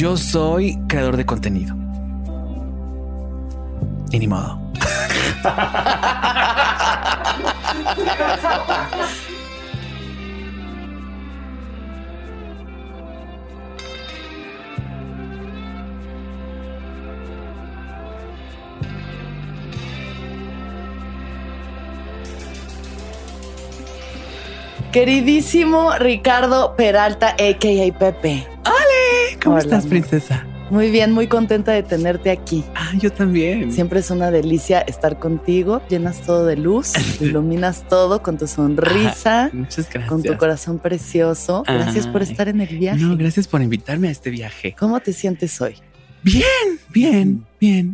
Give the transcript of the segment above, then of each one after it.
Yo soy creador de contenido. Y ni modo. Queridísimo Ricardo Peralta, a.k.a. Pepe. ¡Ole! ¿Cómo Hola, estás, amor. princesa? Muy bien, muy contenta de tenerte aquí. Ah, yo también. Siempre es una delicia estar contigo. Llenas todo de luz, iluminas todo con tu sonrisa, Muchas gracias. con tu corazón precioso. Gracias por Ay. estar en el viaje. No, gracias por invitarme a este viaje. ¿Cómo te sientes hoy? Bien. Bien.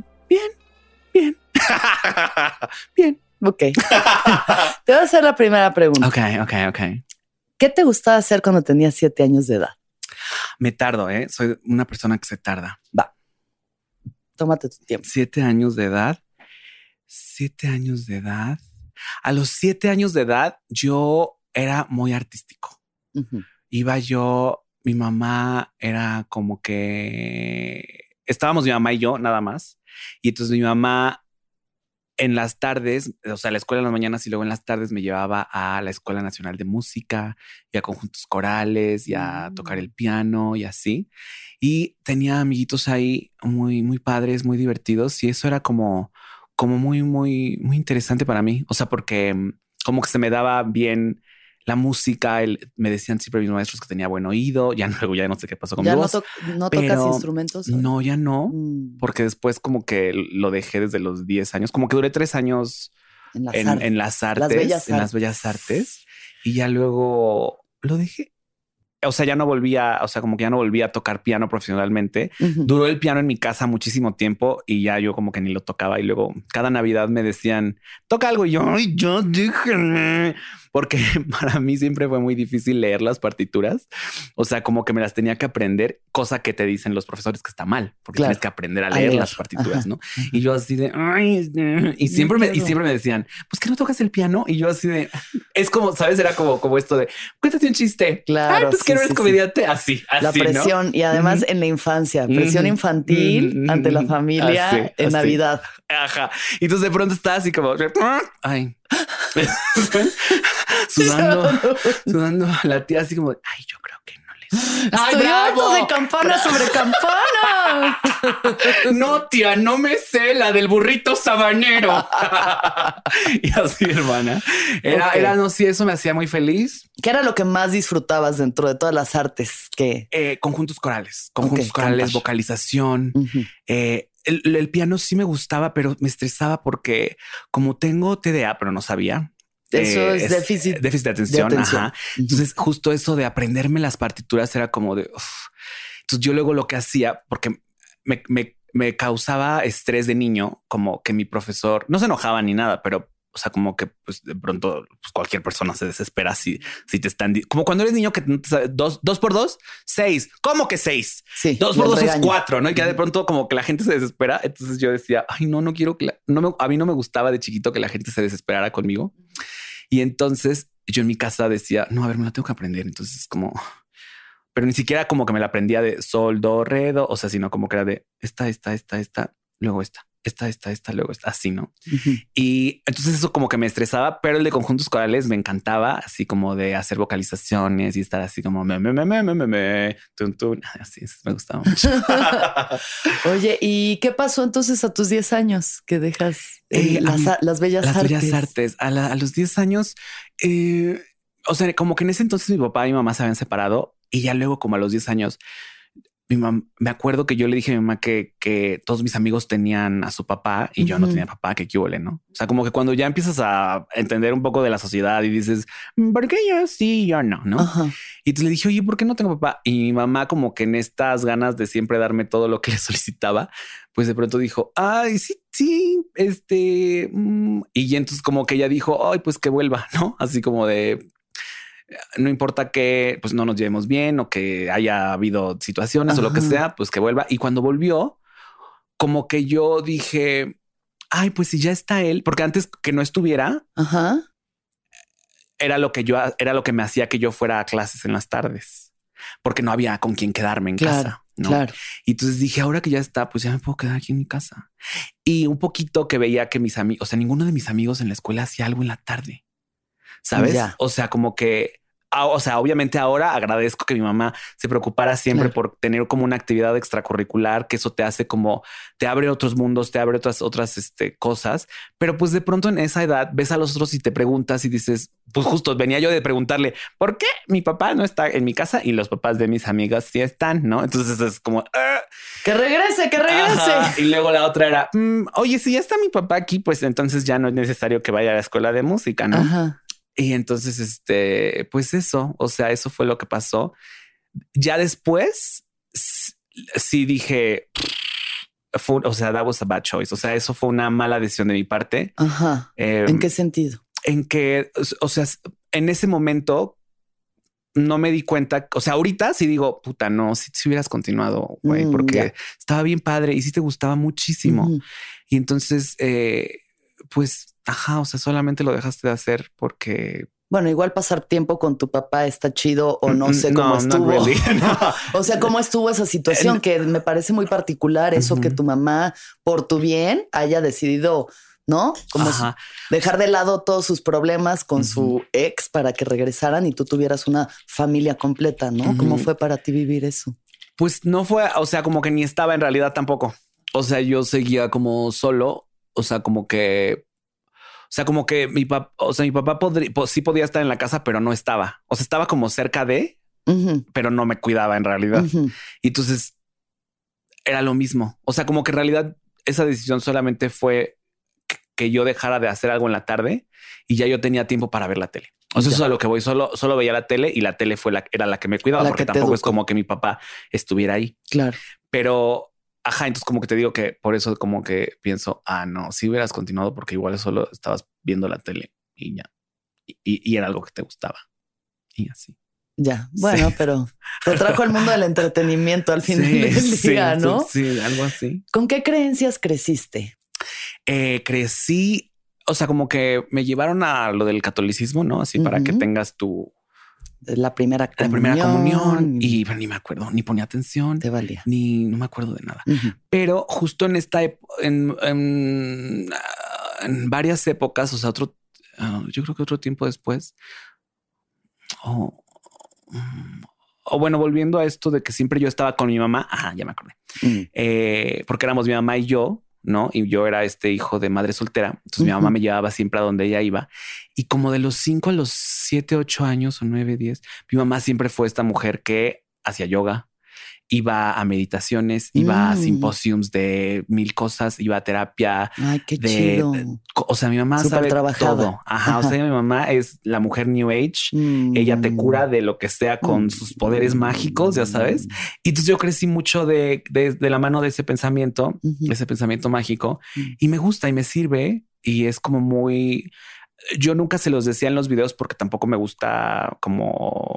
Ok. Te voy a hacer la primera pregunta. Ok. ¿Qué te gustaba hacer cuando tenías 7 años de edad? Me tardo, ¿eh? Soy una persona que se tarda. Va. Tómate tu tiempo. 7 años de edad. 7 años de edad. A los 7 años de edad, yo era muy artístico. Ujú. Mi mamá era como que estábamos mi mamá y yo nada más. Y entonces mi mamá en las tardes, o sea, la escuela en las mañanas y luego en las tardes me llevaba a la Escuela Nacional de Música y a conjuntos corales y a tocar el piano y así. Y tenía amiguitos ahí muy padres, muy divertidos. Y eso era como muy interesante para mí. O sea, porque como que se me daba bien la música. Me decían siempre mis maestros que tenía buen oído. Luego ya no sé qué pasó con mi ¿Ya voz. no pero tocas instrumentos? No, ya no. Mm. Porque después como que lo dejé desde los 10 años. Como que duré 3 años En las en las artes, en las bellas artes. Y ya luego lo dejé. O sea, como que ya no volví a tocar piano profesionalmente. Ujú. Duró el piano en mi casa muchísimo tiempo y ya yo como que ni lo tocaba. Y luego cada Navidad me decían, toca algo. Y yo, ay, yo déjenme. Porque para mí siempre fue muy difícil leer las partituras. O sea, como que me las tenía que aprender, cosa que te dicen los profesores que está mal, porque Claro. tienes que aprender a leer las partituras, Ajá. ¿no? Y yo así de, ay, y siempre me decían, pues que no tocas el piano. Y yo así de, es como, ¿sabes? Era como esto de, cuéntate un chiste. Claro, Ay, pues que no eres comediante. Así, la presión, ¿no? Y además en la infancia, presión infantil ante la familia en Navidad. Ajá. Y entonces de pronto estás así como, ay, sudando la tía así como, ay, yo creo que no les. Estoy harto de campana sobre campana. No, tía, no me sé la del burrito sabanero. Y así, hermana. No sé, eso me hacía muy feliz. ¿Qué era lo que más disfrutabas dentro de todas las artes? Conjuntos corales, cantar. vocalización. Uh-huh. El piano sí me gustaba, pero me estresaba porque como tengo TDA, pero no sabía. Eso es déficit de atención. Ajá. Uh-huh. Entonces justo eso de aprenderme las partituras era como de... Entonces yo luego lo que hacía, porque me causaba estrés de niño, como que mi profesor no se enojaba ni nada, pero o sea, como que pues de pronto pues, cualquier persona se desespera si te están... Como cuando eres niño que no te sabes, 2 por 2, 6. ¿Cómo que 6? Sí, 2 por 2 es 4, ¿no? Y que de pronto como que la gente se desespera. Entonces yo decía, ay, no quiero que... a mí no me gustaba de chiquito que la gente se desesperara conmigo. Y entonces yo en mi casa decía, no, a ver, me la tengo que aprender. Entonces como... Pero ni siquiera como que me la aprendía de sol, do, re, do. O sea, sino como que era de esta, luego esta, luego esta, así, ¿no? Uh-huh. Y entonces eso como que me estresaba, pero el de conjuntos corales me encantaba, así como de hacer vocalizaciones y estar así como tun, así me gustaba mucho. Oye, ¿y qué pasó entonces a tus 10 años que dejas las bellas artes? Las bellas artes. A los 10 años, o sea, como que en ese entonces mi papá y mi mamá se habían separado y ya luego como a los 10 años mi mamá, me acuerdo que yo le dije a mi mamá que todos mis amigos tenían a su papá y yo no tenía papá, que qué huele, ¿no? O sea, como que cuando ya empiezas a entender un poco de la sociedad y dices, ¿por qué yo sí, yo no? ¿No? Ajá. Y entonces le dije, oye, ¿por qué no tengo papá? Y mi mamá como que en estas ganas de siempre darme todo lo que le solicitaba, pues de pronto dijo, ay, sí, y entonces como que ella dijo, ay, pues que vuelva, ¿no? Así como de... No importa que pues no nos llevemos bien o que haya habido situaciones o lo que sea, pues que vuelva. Y cuando volvió, como que yo dije, ay, pues si ya está él, porque antes que no estuviera, era lo que me hacía que yo fuera a clases en las tardes, porque no había con quién quedarme en casa. ¿no? Claro. Y entonces dije, ahora que ya está, pues ya me puedo quedar aquí en mi casa. Y un poquito que veía que mis amigos, o sea, ninguno de mis amigos en la escuela hacía algo en la tarde, ¿sabes? Ya. O sea, como que, o sea, obviamente ahora agradezco que mi mamá se preocupara siempre por tener como una actividad extracurricular, que eso te hace como, te abre otros mundos, te abre otras cosas. Pero pues de pronto en esa edad ves a los otros y te preguntas y dices, pues justo venía yo de preguntarle, ¿por qué mi papá no está en mi casa y los papás de mis amigas sí están? ¿No? Entonces es como... Que regrese, que regrese. Ajá. Y luego la otra era, oye, si ya está mi papá aquí, pues entonces ya no es necesario que vaya a la escuela de música, ¿no? Ajá. Y entonces, pues eso, o sea, eso fue lo que pasó. Ya después, sí dije, o sea, that was a bad choice. O sea, eso fue una mala decisión de mi parte. Ajá. ¿En qué sentido? En que, o sea, en ese momento no me di cuenta. O sea, ahorita sí digo, puta, no, si hubieras continuado, güey, porque estaba bien padre y sí te gustaba muchísimo. Y entonces, pues, ajá, o sea, solamente lo dejaste de hacer porque... Bueno, igual pasar tiempo con tu papá está chido o no sé cómo estuvo. Really, no. O sea, cómo estuvo esa situación que me parece muy particular eso que tu mamá, por tu bien, haya decidido, ¿no? Como dejar de lado todos sus problemas con su ex para que regresaran y tú tuvieras una familia completa, ¿no? ¿Cómo fue para ti vivir eso? Pues no fue, o sea, como que ni estaba en realidad tampoco. O sea, yo seguía como solo, o sea, como que mi papá, o sea, mi papá sí podía estar en la casa, pero no estaba. O sea, estaba como cerca de, pero no me cuidaba en realidad. Y entonces era lo mismo. O sea, como que en realidad esa decisión solamente fue que yo dejara de hacer algo en la tarde y ya yo tenía tiempo para ver la tele. O sea, eso es a lo que voy. Solo veía la tele y la tele era la que me cuidaba, porque tampoco es como que mi papá estuviera ahí. Claro. Pero ajá, entonces como que te digo que por eso como que pienso, no, si hubieras continuado porque igual solo estabas viendo la tele y ya. Y era algo que te gustaba. Y así. Ya, bueno, pero te trajo al mundo del entretenimiento al final del día, ¿no? Sí, algo así. ¿Con qué creencias creciste? Crecí, o sea, como que me llevaron a lo del catolicismo, ¿no? Así para que tengas la primera comunión. Y ni me acuerdo, ni ponía atención. Te valía. No me acuerdo de nada. Pero justo en esta en varias épocas, o sea, yo creo que otro tiempo después, o bueno, volviendo a esto de que siempre yo estaba con mi mamá. Ajá, ya me acordé. Porque éramos mi mamá y yo, ¿no? Y yo era hijo de madre soltera. Entonces mi mamá me llevaba siempre a donde ella iba. Y como de los 5 a los 7, 8 años o 9, 10, mi mamá siempre fue esta mujer que hacía yoga, iba a meditaciones, iba a simposiums de 1000 cosas, iba a terapia. Ay, qué chido. O sea, mi mamá sabe todo. Ajá. O sea, mi mamá es la mujer New Age. Ella te cura de lo que sea con sus poderes mágicos, ya sabes. Y entonces yo crecí mucho de la mano de ese pensamiento mágico y me gusta y me sirve y es como muy... Yo nunca se los decía en los videos porque tampoco me gusta como,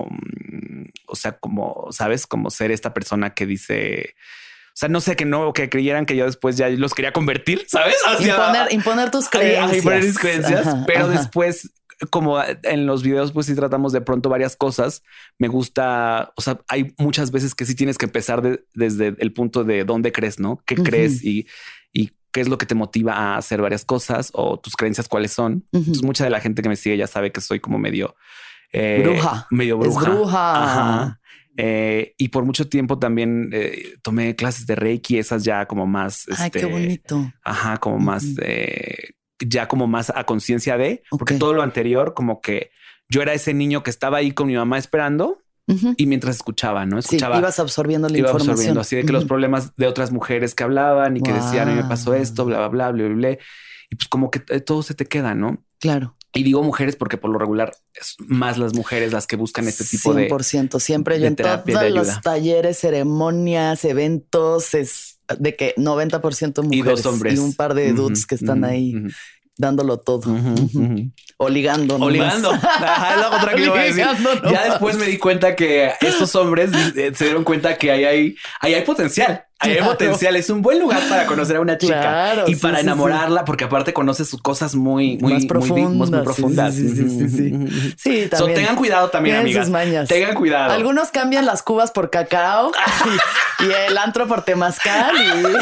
o sea, como, ¿sabes? Como ser esta persona que dice, o sea, no sé, que creyeran que yo después ya los quería convertir, ¿sabes? Imponer tus creencias. Imponer mis creencias, pero después, como en los videos, pues sí tratamos de pronto varias cosas. Me gusta, o sea, hay muchas veces que sí tienes que empezar desde el punto de dónde crees, ¿no? ¿Qué crees y qué es lo que te motiva a hacer varias cosas o tus creencias cuáles son? Entonces, mucha de la gente que me sigue ya sabe que soy como medio bruja. Es bruja. Ajá. Y por mucho tiempo también tomé clases de Reiki, esas ya como más... Ay, qué bonito. Ajá, como más... ya como más a conciencia de... Porque todo lo anterior como que yo era ese niño que estaba ahí con mi mamá esperando y mientras escuchaba, ¿no? Escuchaba. Sí, ibas absorbiendo la información. Así de que los problemas de otras mujeres que hablaban y que decían, a mí me pasó esto, bla, bla, bla, bla, bla, bla. Y pues como que todo se te queda, ¿no? Claro. Y digo mujeres porque por lo regular es más las mujeres las que buscan este tipo 100%. Siempre yo en todos los talleres, ceremonias, eventos, es de que 90% mujeres. Y 2 hombres. Y un par de dudes que están ahí dándolo todo. O ligando. O ligando. Ajá, es la otra que iba a decir. Ya después me di cuenta que estos hombres se dieron cuenta que ahí hay potencial. Ahí hay potencial. Es un buen lugar para conocer a una chica y para enamorarla, porque aparte conoces sus cosas muy profundas. Sí, también. Tengan cuidado también, amigas. Tengan cuidado. Algunos cambian las cubas por cacao y el antro por temazcal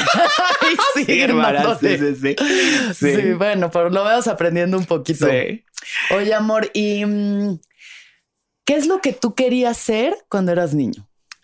y siguen dándote. Sí, bueno, pero lo vamos aprendiendo un poquito. Sí. Oye, amor, ¿y qué es lo que tú querías ser cuando eras niño?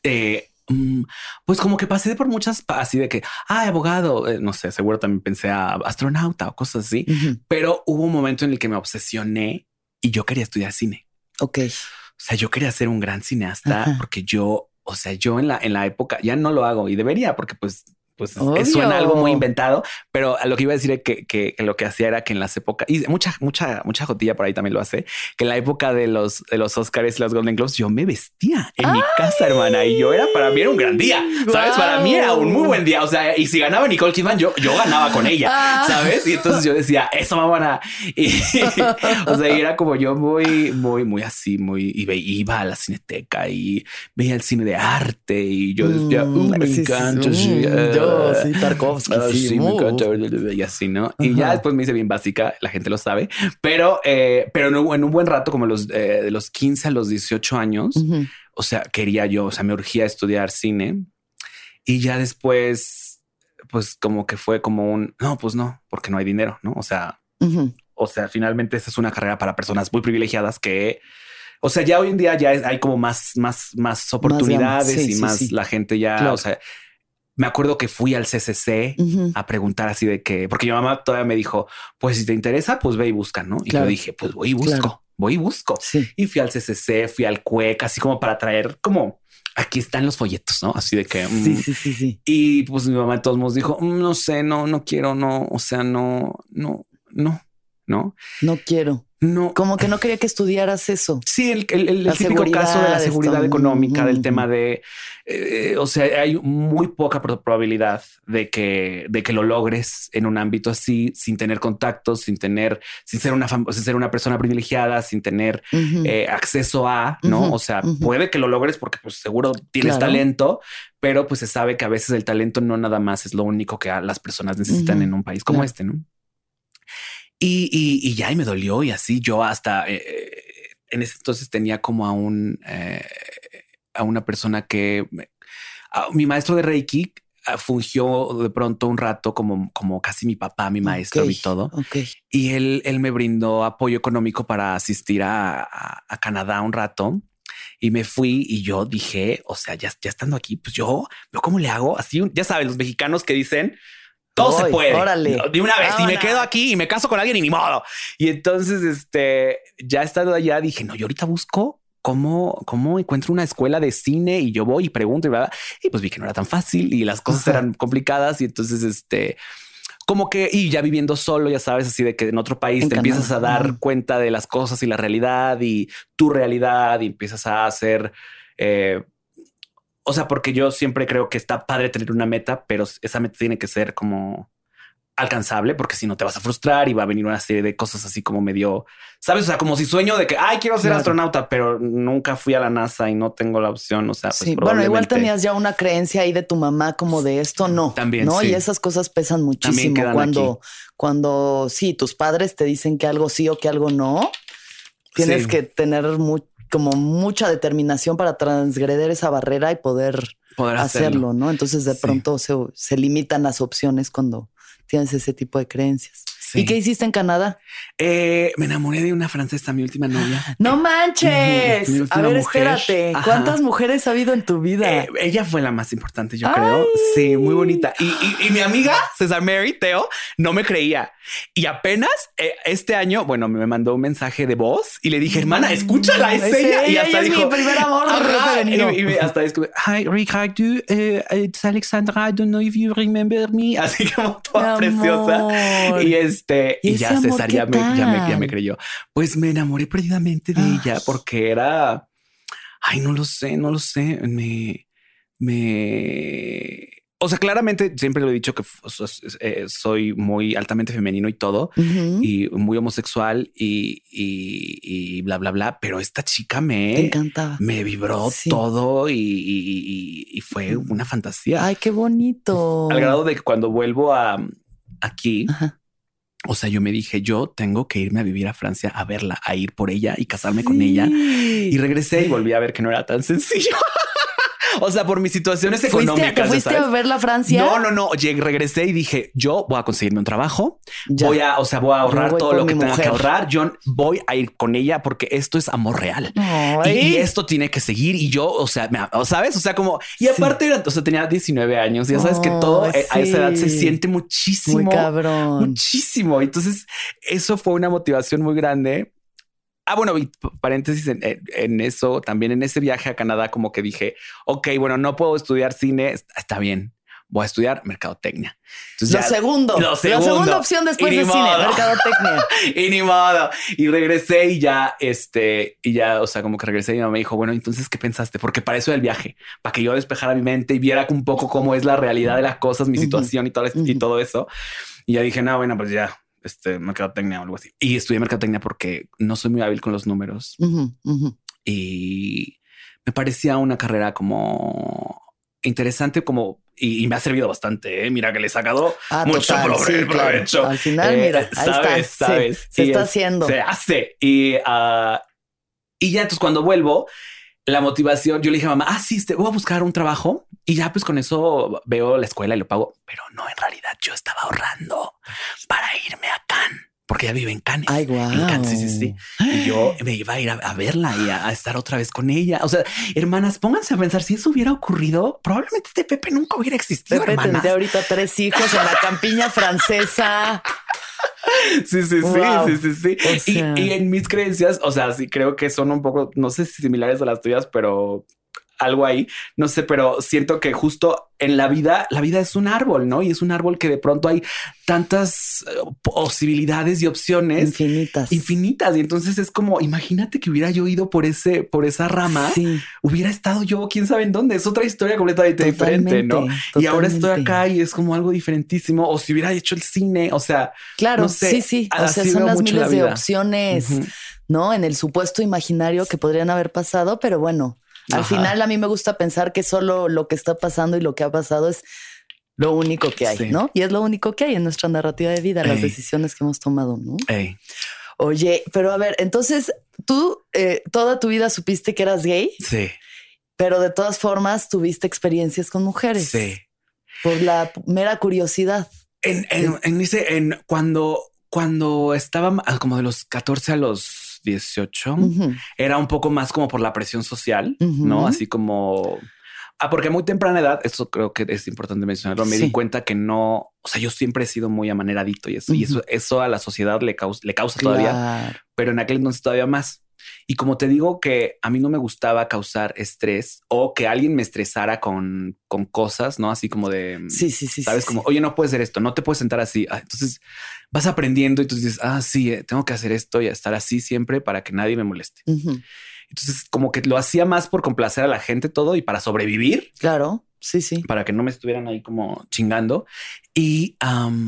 Pues como que pasé por muchas, así de que, abogado, no sé, seguro también pensé a astronauta o cosas así, pero hubo un momento en el que me obsesioné y yo quería estudiar cine. Ok. O sea, yo quería ser un gran cineasta porque yo en la época ya no lo hago y debería, porque pues suena algo muy inventado, pero a lo que iba a decir es que lo que hacía era que en las épocas, y mucha jotilla por ahí también lo hace, que en la época de los Oscars y los Golden Globes, yo me vestía en mi casa, hermana, y para mí era un gran día, ¿sabes? Wow. Para mí era un muy buen día, o sea, y si ganaba Nicole Kidman, yo ganaba con ella, ¿sabes? Y entonces yo decía, eso, mamona, y o sea, y era como yo muy así, iba a la cineteca y veía el cine de arte y yo decía, me encanta, sí, Tarkovsky. Sí, me encanta. Y así, ¿no? Y ya después me hice bien básica, la gente lo sabe. Pero en un buen rato, como de los 15 a los 18 años, o sea, quería yo, o sea, me urgía estudiar cine. Y ya después, pues como que fue como no, pues no, porque no hay dinero, ¿no? O sea, finalmente esa es una carrera para personas muy privilegiadas que... O sea, ya hoy en día ya hay como más oportunidades y más la gente ya, claro. O sea... Me acuerdo que fui al CCC a preguntar así de que, porque mi mamá todavía me dijo, pues si te interesa, pues ve y busca, ¿no? Y yo dije, pues voy y busco. Sí. Y fui al CCC, fui al CUEC, así como para traer como, aquí están los folletos, ¿no? Así de que... Sí. Y pues mi mamá de todos modos dijo, no sé, no quiero, no, o sea, no quiero. No, como que no quería que estudiaras eso. Sí, el típico caso de la seguridad económica, del tema de, o sea, hay muy poca probabilidad de que lo logres en un ámbito así, sin tener contactos, sin ser una persona privilegiada, sin tener acceso a, ¿no? O sea, puede que lo logres porque pues seguro tienes talento, pero pues se sabe que a veces el talento no nada más es lo único que las personas necesitan en un país como este, ¿no? Y ya, y me dolió y así yo hasta en ese entonces tenía como a una persona que mi maestro de Reiki fungió de pronto un rato como casi mi papá, mi maestro y todo. Y él me brindó apoyo económico para asistir a Canadá un rato. Y me fui y yo dije, o sea, ya estando aquí, pues yo cómo le hago así. Ya saben, los mexicanos que dicen, todo se puede. Órale. De una vez. Y me quedo aquí y me caso con alguien y ni modo. Y entonces, ya estando allá, dije, no, yo ahorita busco cómo encuentro una escuela de cine y yo voy y pregunto y bla, bla. Y pues vi que no era tan fácil y las cosas eran complicadas. Y entonces, como que, y ya viviendo solo, ya sabes, así de que en otro país te empiezas a dar cuenta de las cosas y la realidad y tu realidad y empiezas a hacer, o sea, porque yo siempre creo que está padre tener una meta, pero esa meta tiene que ser como alcanzable, porque si no te vas a frustrar y va a venir una serie de cosas así como medio, ¿sabes? O sea, como si sueño de que, quiero ser astronauta, pero nunca fui a la NASA y no tengo la opción. O sea, pues sí, bueno, igual tenías ya una creencia ahí de tu mamá como de esto, no. También, ¿no? Sí. Y esas cosas pesan muchísimo cuando sí, tus padres te dicen que algo sí o que algo no. Tienes que tener como mucha determinación para transgreder esa barrera y poder hacerlo, ¿no? Entonces de pronto se limitan las opciones cuando tienes ese tipo de creencias. Sí. ¿Y qué hiciste en Canadá? Me enamoré de una francesa, mi última novia. ¡No manches! A ver, espérate. Ajá. ¿Cuántas mujeres ha habido en tu vida? Ella fue la más importante, yo creo. Sí, muy bonita. Y mi amiga César Mary, Teo, no me creía. Y apenas este año, bueno, me mandó un mensaje de voz y le dije, hermana, escúchala, es ella. Y hasta dijo, es mi primer amor. Y hasta es como, hi, Ricardo, it's Alexandra, I don't know if you remember me. Así como toda preciosa. Y ya César ya me creyó. Pues me enamoré perdidamente de ella porque era, no lo sé. o sea, claramente siempre lo he dicho que soy muy altamente femenino y todo, y muy homosexual y bla, bla, bla. Pero esta chica Te encantaba. Me vibró todo y fue una fantasía. Ay, qué bonito. Al grado de que cuando vuelvo aquí, o sea, yo me dije, yo tengo que irme a vivir a Francia a verla, a ir por ella y casarme con ella. Y regresé y volví a ver que no era tan sencillo. O sea, por mis situaciones económicas. ¿Te fuiste a ver la Francia? No. Regresé y dije, yo voy a conseguirme un trabajo. Voy a ahorrar todo lo que tenga que ahorrar. Yo voy a ir con ella porque esto es amor real. Y esto tiene que seguir. Y yo, o sea, ¿sabes? O sea, como... Y aparte, o sea, tenía 19 años. Ya sabes que todo a esa edad se siente muchísimo. Muy cabrón. Muchísimo. Entonces, eso fue una motivación muy grande. Bueno, y paréntesis en eso, también en ese viaje a Canadá, como que dije, ok, bueno, no puedo estudiar cine, está bien, voy a estudiar mercadotecnia. Entonces, la segunda opción después de cine, mercadotecnia. Y ni modo. Y regresé y ya, o sea, como que regresé y mi mamá me dijo, bueno, entonces, ¿qué pensaste? Porque para eso era el viaje, para que yo despejara mi mente y viera un poco cómo es la realidad de las cosas, mi situación y todo eso. Y ya dije, no, bueno, pues ya. Mercadotecnia o algo así. Y estudié mercadotecnia porque no soy muy hábil con los números. Y me parecía una carrera como interesante, y me ha servido bastante. Mira que le he sacado mucho provecho. Claro. Al final, mira, ahí está. ¿Sabes? Se está haciendo. Se hace. Y ya entonces cuando vuelvo, la motivación, yo le dije a mamá, sí, voy a buscar un trabajo y ya pues con eso veo la escuela y lo pago. Pero no, en realidad yo estaba ahorrando para irme a Cannes, porque ella vive en Cannes. Ay, wow. En Cannes, sí. Y yo me iba a ir a verla y a estar otra vez con ella. O sea, hermanas, pónganse a pensar, si eso hubiera ocurrido, probablemente este Pepe nunca hubiera existido. Pepe tendría ahorita 3 hijos en la campiña francesa. Sí. Wow. Sí. O sea... y en mis creencias, o sea, sí creo que son un poco, no sé si similares a las tuyas, pero algo ahí, no sé, pero siento que justo en la vida es un árbol, ¿no? Y es un árbol que de pronto hay tantas posibilidades y opciones infinitas. Y entonces es como, imagínate que hubiera yo ido por esa rama, hubiera estado yo, quién sabe en dónde. Es otra historia completamente diferente, ¿no? Totalmente. Y ahora estoy acá y es como algo diferentísimo. O si hubiera hecho el cine, o sea, claro, no sé, sí. O sea, son las miles de opciones, ¿no? En el supuesto imaginario que podrían haber pasado, pero bueno. Al final a mí me gusta pensar que solo lo que está pasando y lo que ha pasado es lo único que hay, ¿no? Y es lo único que hay en nuestra narrativa de vida, las decisiones que hemos tomado, ¿no? Oye, pero a ver, entonces tú toda tu vida supiste que eras gay. Sí. Pero de todas formas tuviste experiencias con mujeres. Sí. Por la mera curiosidad. Cuando estaba como de los 14 a los 18, era un poco más como por la presión social, ¿no? Así como... porque a muy temprana edad, esto creo que es importante mencionarlo, me di cuenta que no... O sea, yo siempre he sido muy amaneradito y eso a la sociedad le causa todavía, pero en aquel entonces todavía más. Y como te digo que a mí no me gustaba causar estrés o que alguien me estresara con cosas, ¿no? Así como de... ¿Sabes? Como, oye, no puedes hacer esto, no te puedes sentar así. Entonces vas aprendiendo y tú dices, tengo que hacer esto y estar así siempre para que nadie me moleste. Entonces como que lo hacía más por complacer a la gente todo y para sobrevivir. Claro, sí. Para que no me estuvieran ahí como chingando. Y...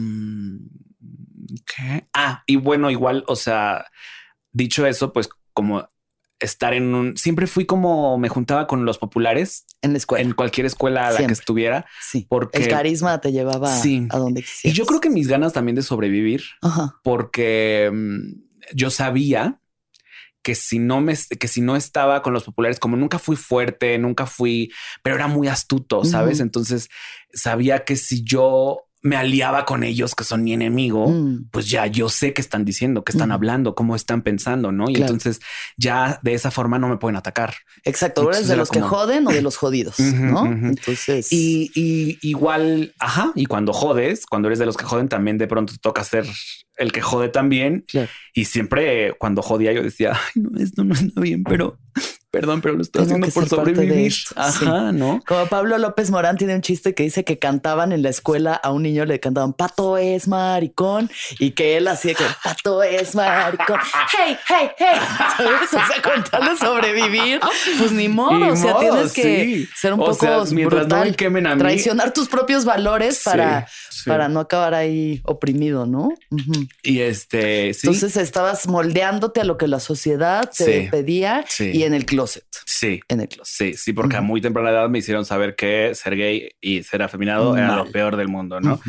¿qué? Y bueno, igual, o sea, dicho eso, pues como estar siempre fui como me juntaba con los populares en la escuela, en cualquier escuela a la que estuviera. Sí, porque el carisma te llevaba a donde quisieras. Y yo creo que mis ganas también de sobrevivir, porque yo sabía que si no estaba con los populares, como nunca fui fuerte, pero era muy astuto, ¿sabes? Entonces sabía que si yo me aliaba con ellos, que son mi enemigo, pues ya yo sé qué están diciendo, qué están hablando, cómo están pensando, ¿no? Y entonces ya de esa forma no me pueden atacar. Exacto. Entonces, eres de los que joden o de los jodidos, ¿no? Entonces... Y igual, y cuando eres de los que joden, también de pronto toca ser el que jode también. Claro. Y siempre cuando jodía yo decía, esto no está bien, pero Perdón, pero lo estoy haciendo por sobrevivir. Ajá, ¿no? Como Pablo López Morán tiene un chiste que dice que cantaban en la escuela, a un niño le cantaban Pato es maricón, y que él hacía que Pato es maricón. Hey, hey, hey. ¿Sabes? O sea, con tal de sobrevivir, pues ni modo. O sea, tienes que ser un poco brutal, no me quemen a mí, traicionar tus propios valores para no acabar ahí oprimido, ¿no? Y entonces estabas moldeándote a lo que la sociedad te pedía y en el closet. Sí. En el closet. Sí, porque a muy temprana edad me hicieron saber que ser gay y ser afeminado era lo peor del mundo, ¿no?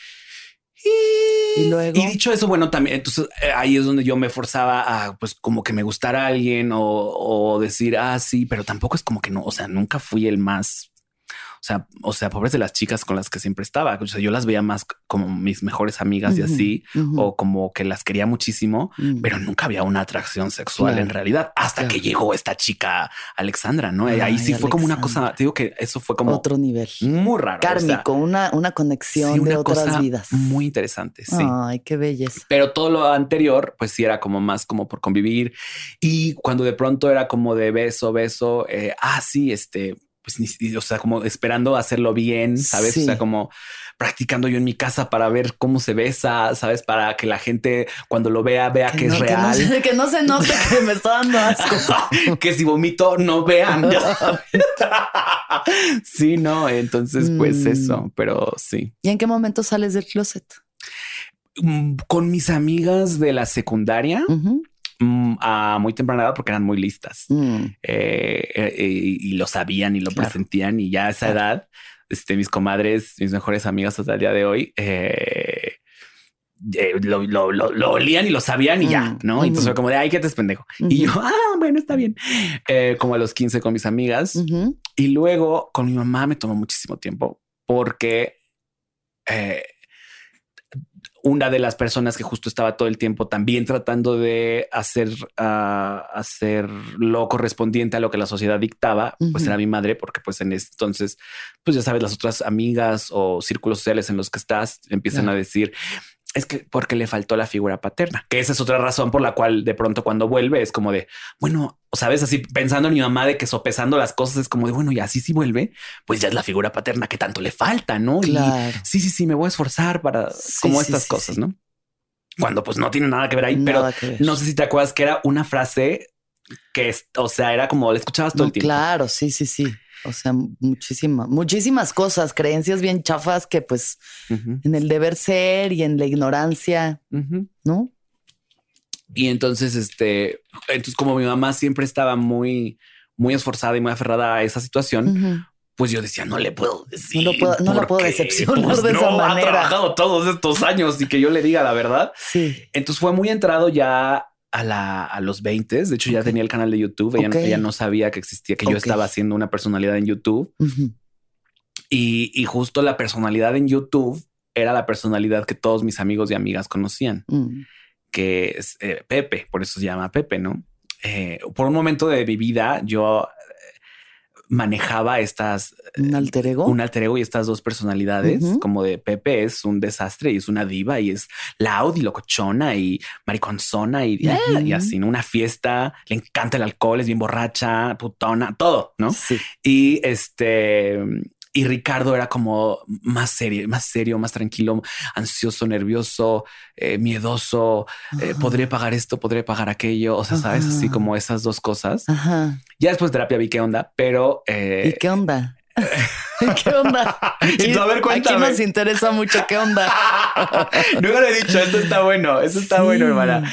Y luego. Y dicho eso, bueno, también, entonces ahí es donde yo me forzaba a, pues, como que me gustara alguien o decir, sí, pero tampoco es como que no, o sea, nunca fui el más. O sea, pobres de las chicas con las que siempre estaba. O sea, yo las veía más como mis mejores amigas y así, o como que las quería muchísimo, pero nunca había una atracción sexual en realidad hasta que llegó esta chica Alexandra, ¿no? Ahí sí fue como una cosa, te digo que eso fue como otro nivel muy raro. Kármico, o sea, una conexión de otras vidas. Muy interesante. Sí. Ay, qué belleza. Pero todo lo anterior, pues sí era como más como por convivir. Y cuando de pronto era como de beso, sí, pues, o sea, como esperando hacerlo bien, ¿sabes? Sí. O sea, como practicando yo en mi casa para ver cómo se besa, ¿sabes? Para que la gente cuando lo vea que es real. Que no se note que me está dando asco. Que si vomito no vean. Sí, no, entonces pues eso, pero sí. ¿Y en qué momento sales del closet? Con mis amigas de la secundaria. A muy temprana edad porque eran muy listas y lo sabían y lo presentían, y ya a esa edad mis comadres, mis mejores amigas hasta el día de hoy lo olían y lo sabían y ya, ¿no? Entonces fue como de, ay, ¿qué te es pendejo? Y yo, bueno, está bien. Como a los 15 con mis amigas y luego con mi mamá me tomó muchísimo tiempo porque una de las personas que justo estaba todo el tiempo también tratando de hacer lo correspondiente a lo que la sociedad dictaba, pues era mi madre, porque pues en ese entonces, pues ya sabes, las otras amigas o círculos sociales en los que estás empiezan a decir, es que porque le faltó la figura paterna, que esa es otra razón por la cual de pronto cuando vuelve es como de, bueno, sabes, así pensando en mi mamá de que sopesando las cosas es como de, bueno, y así sí vuelve, pues ya es la figura paterna que tanto le falta, ¿no? Claro. Y sí, me voy a esforzar para como estas cosas, ¿no? Cuando pues no tiene nada que ver ahí, pero no sé si te acuerdas que era una frase que, o sea, era como la escuchabas todo el tiempo. Claro, sí. O sea, muchísimas cosas, creencias bien chafas que pues en el deber ser y en la ignorancia, ¿no? Y entonces, como mi mamá siempre estaba muy, muy esforzada y muy aferrada a esa situación, pues yo decía, no le puedo decir. No la puedo decepcionar de esa manera. Ha trabajado todos estos años y que yo le diga la verdad. Sí. Entonces fue muy entrado ya a los 20. De hecho, ya tenía el canal de YouTube. Ella no sabía que existía, que yo estaba haciendo una personalidad en YouTube. Y justo la personalidad en YouTube era la personalidad que todos mis amigos y amigas conocían, que es Pepe. Por eso se llama Pepe, ¿no? Por un momento de mi vida, yo manejaba un alter ego y estas dos personalidades, como de Pepe es un desastre y es una diva y es loud y locochona y mariconzona y así, ¿no? Una fiesta, le encanta el alcohol, es bien borracha, putona, todo, ¿no? Sí. Y Ricardo era como más serio, más tranquilo, ansioso, nervioso, miedoso. Podré pagar esto, podré pagar aquello. O sea, sabes, así como esas dos cosas. Ya después de terapia vi qué onda, pero ¿y qué onda? ¿Qué onda? Y a ver, cuéntame. Aquí nos interesa mucho qué onda. Nunca lo he dicho. Esto está bueno. Bueno, hermana.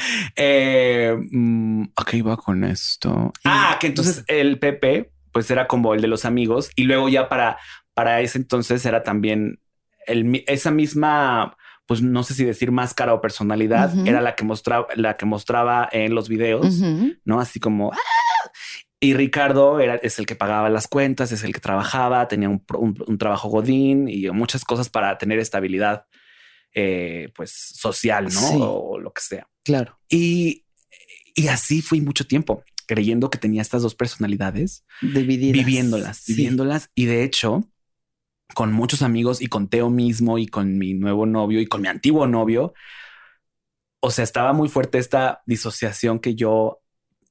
¿A qué iba con esto? Que entonces el Pepe pues era como el de los amigos y luego ya para ese entonces era también esa misma, pues no sé si decir máscara o personalidad, era la que mostraba en los videos, ¿no? Así como y Ricardo es el que pagaba las cuentas, es el que trabajaba, tenía un trabajo godín y muchas cosas para tener estabilidad pues social, ¿no? Sí. O lo que sea. Claro. Y así fui mucho tiempo creyendo que tenía estas dos personalidades divididas, viviéndolas. Y de hecho, con muchos amigos y con Teo mismo y con mi nuevo novio y con mi antiguo novio, o sea, estaba muy fuerte esta disociación que yo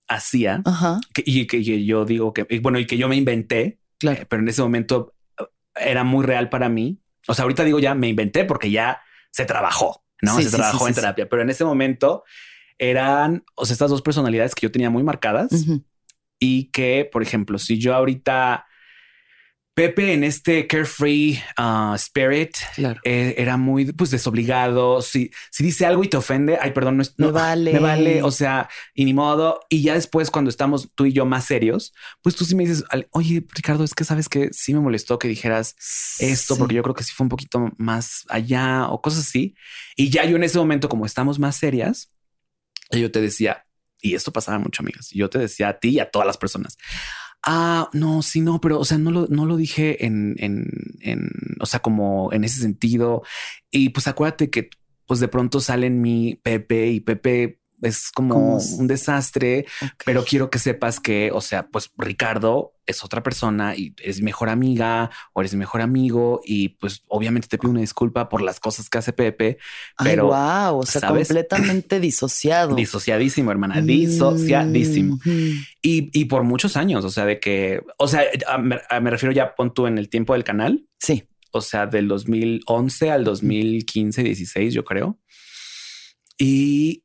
hacía y que yo digo que, bueno, y que yo me inventé, pero en ese momento era muy real para mí. O sea, ahorita digo ya me inventé porque ya se trabajó, ¿no? Se trabajó en terapia, pero en ese momento eran, o sea, estas dos personalidades que yo tenía muy marcadas y que, por ejemplo, si yo ahorita Pepe en este carefree spirit era muy pues desobligado. Si dice algo y te ofende, ay, perdón, me vale. O sea, y ni modo. Y ya después, cuando estamos tú y yo más serios, pues tú sí me dices, oye, Ricardo, es que sabes que sí me molestó que dijeras esto, porque yo creo que sí fue un poquito más allá o cosas así. Y ya yo en ese momento, como estamos más serias, yo te decía, y esto pasaba mucho, amigas. Yo te decía a ti y a todas las personas. No, sí, no, pero o sea, no lo dije o sea, como en ese sentido. Y pues acuérdate que pues de pronto sale en mi Pepe y Pepe es como un desastre, pero quiero que sepas que, o sea, pues Ricardo es otra persona y es mi mejor amiga o eres mi mejor amigo y pues obviamente te pido una disculpa por las cosas que hace Pepe, pero wow, o sea, ¿sabes? Completamente disociado. Disociadísimo, hermana, disociadísimo. Y por muchos años, o sea, de que, o sea, me refiero ya, pon tú en el tiempo del canal. Sí. O sea, del 2011 al 2015, 16, yo creo. Y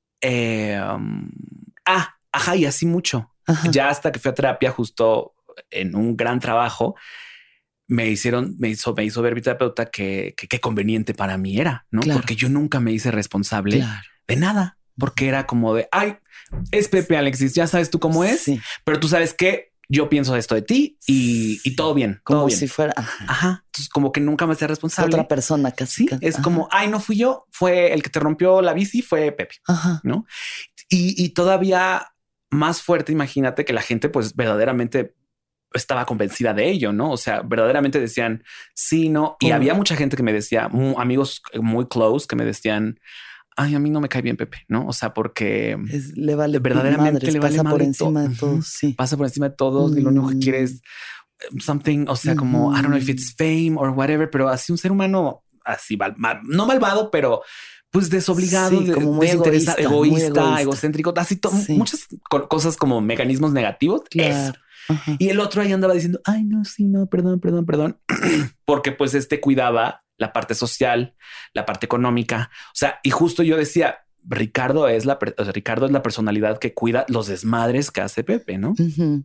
y así mucho. Ya hasta que fui a terapia, justo en un gran trabajo, me hizo ver mi terapeuta que qué conveniente para mí era, ¿no? Porque yo nunca me hice responsable de nada, porque era como de, ay, es Pepe, Alexis, ya sabes tú cómo es, pero tú sabes que yo pienso esto de ti y todo bien. Como todo bien. Si fuera. Entonces, como que nunca me hacía responsable. Otra persona casi. Es como, ay, no fui yo, fue el que te rompió la bici, fue Pepe, ¿no? Y todavía más fuerte, imagínate que la gente pues verdaderamente estaba convencida de ello, ¿no? O sea, verdaderamente decían sí, no. Y había mucha gente que me decía, amigos muy close, que me decían, ay, a mí no me cae bien Pepe, ¿no? O sea, porque le vale verdaderamente madres, le vale pasa madre por encima de todos. Sí. Pasa por encima de todos y lo único que quiere es something, o sea, como I don't know if it's fame or whatever, pero así un ser humano así, no malvado, pero pues desobligado, como muy egoísta, egocéntrico, así muchas cosas como mecanismos negativos. Claro. Y el otro ahí andaba diciendo, ay, no, sí, no, perdón. Porque pues cuidaba la parte social, la parte económica. O sea, y justo yo decía, Ricardo es la personalidad que cuida los desmadres que hace Pepe, ¿no?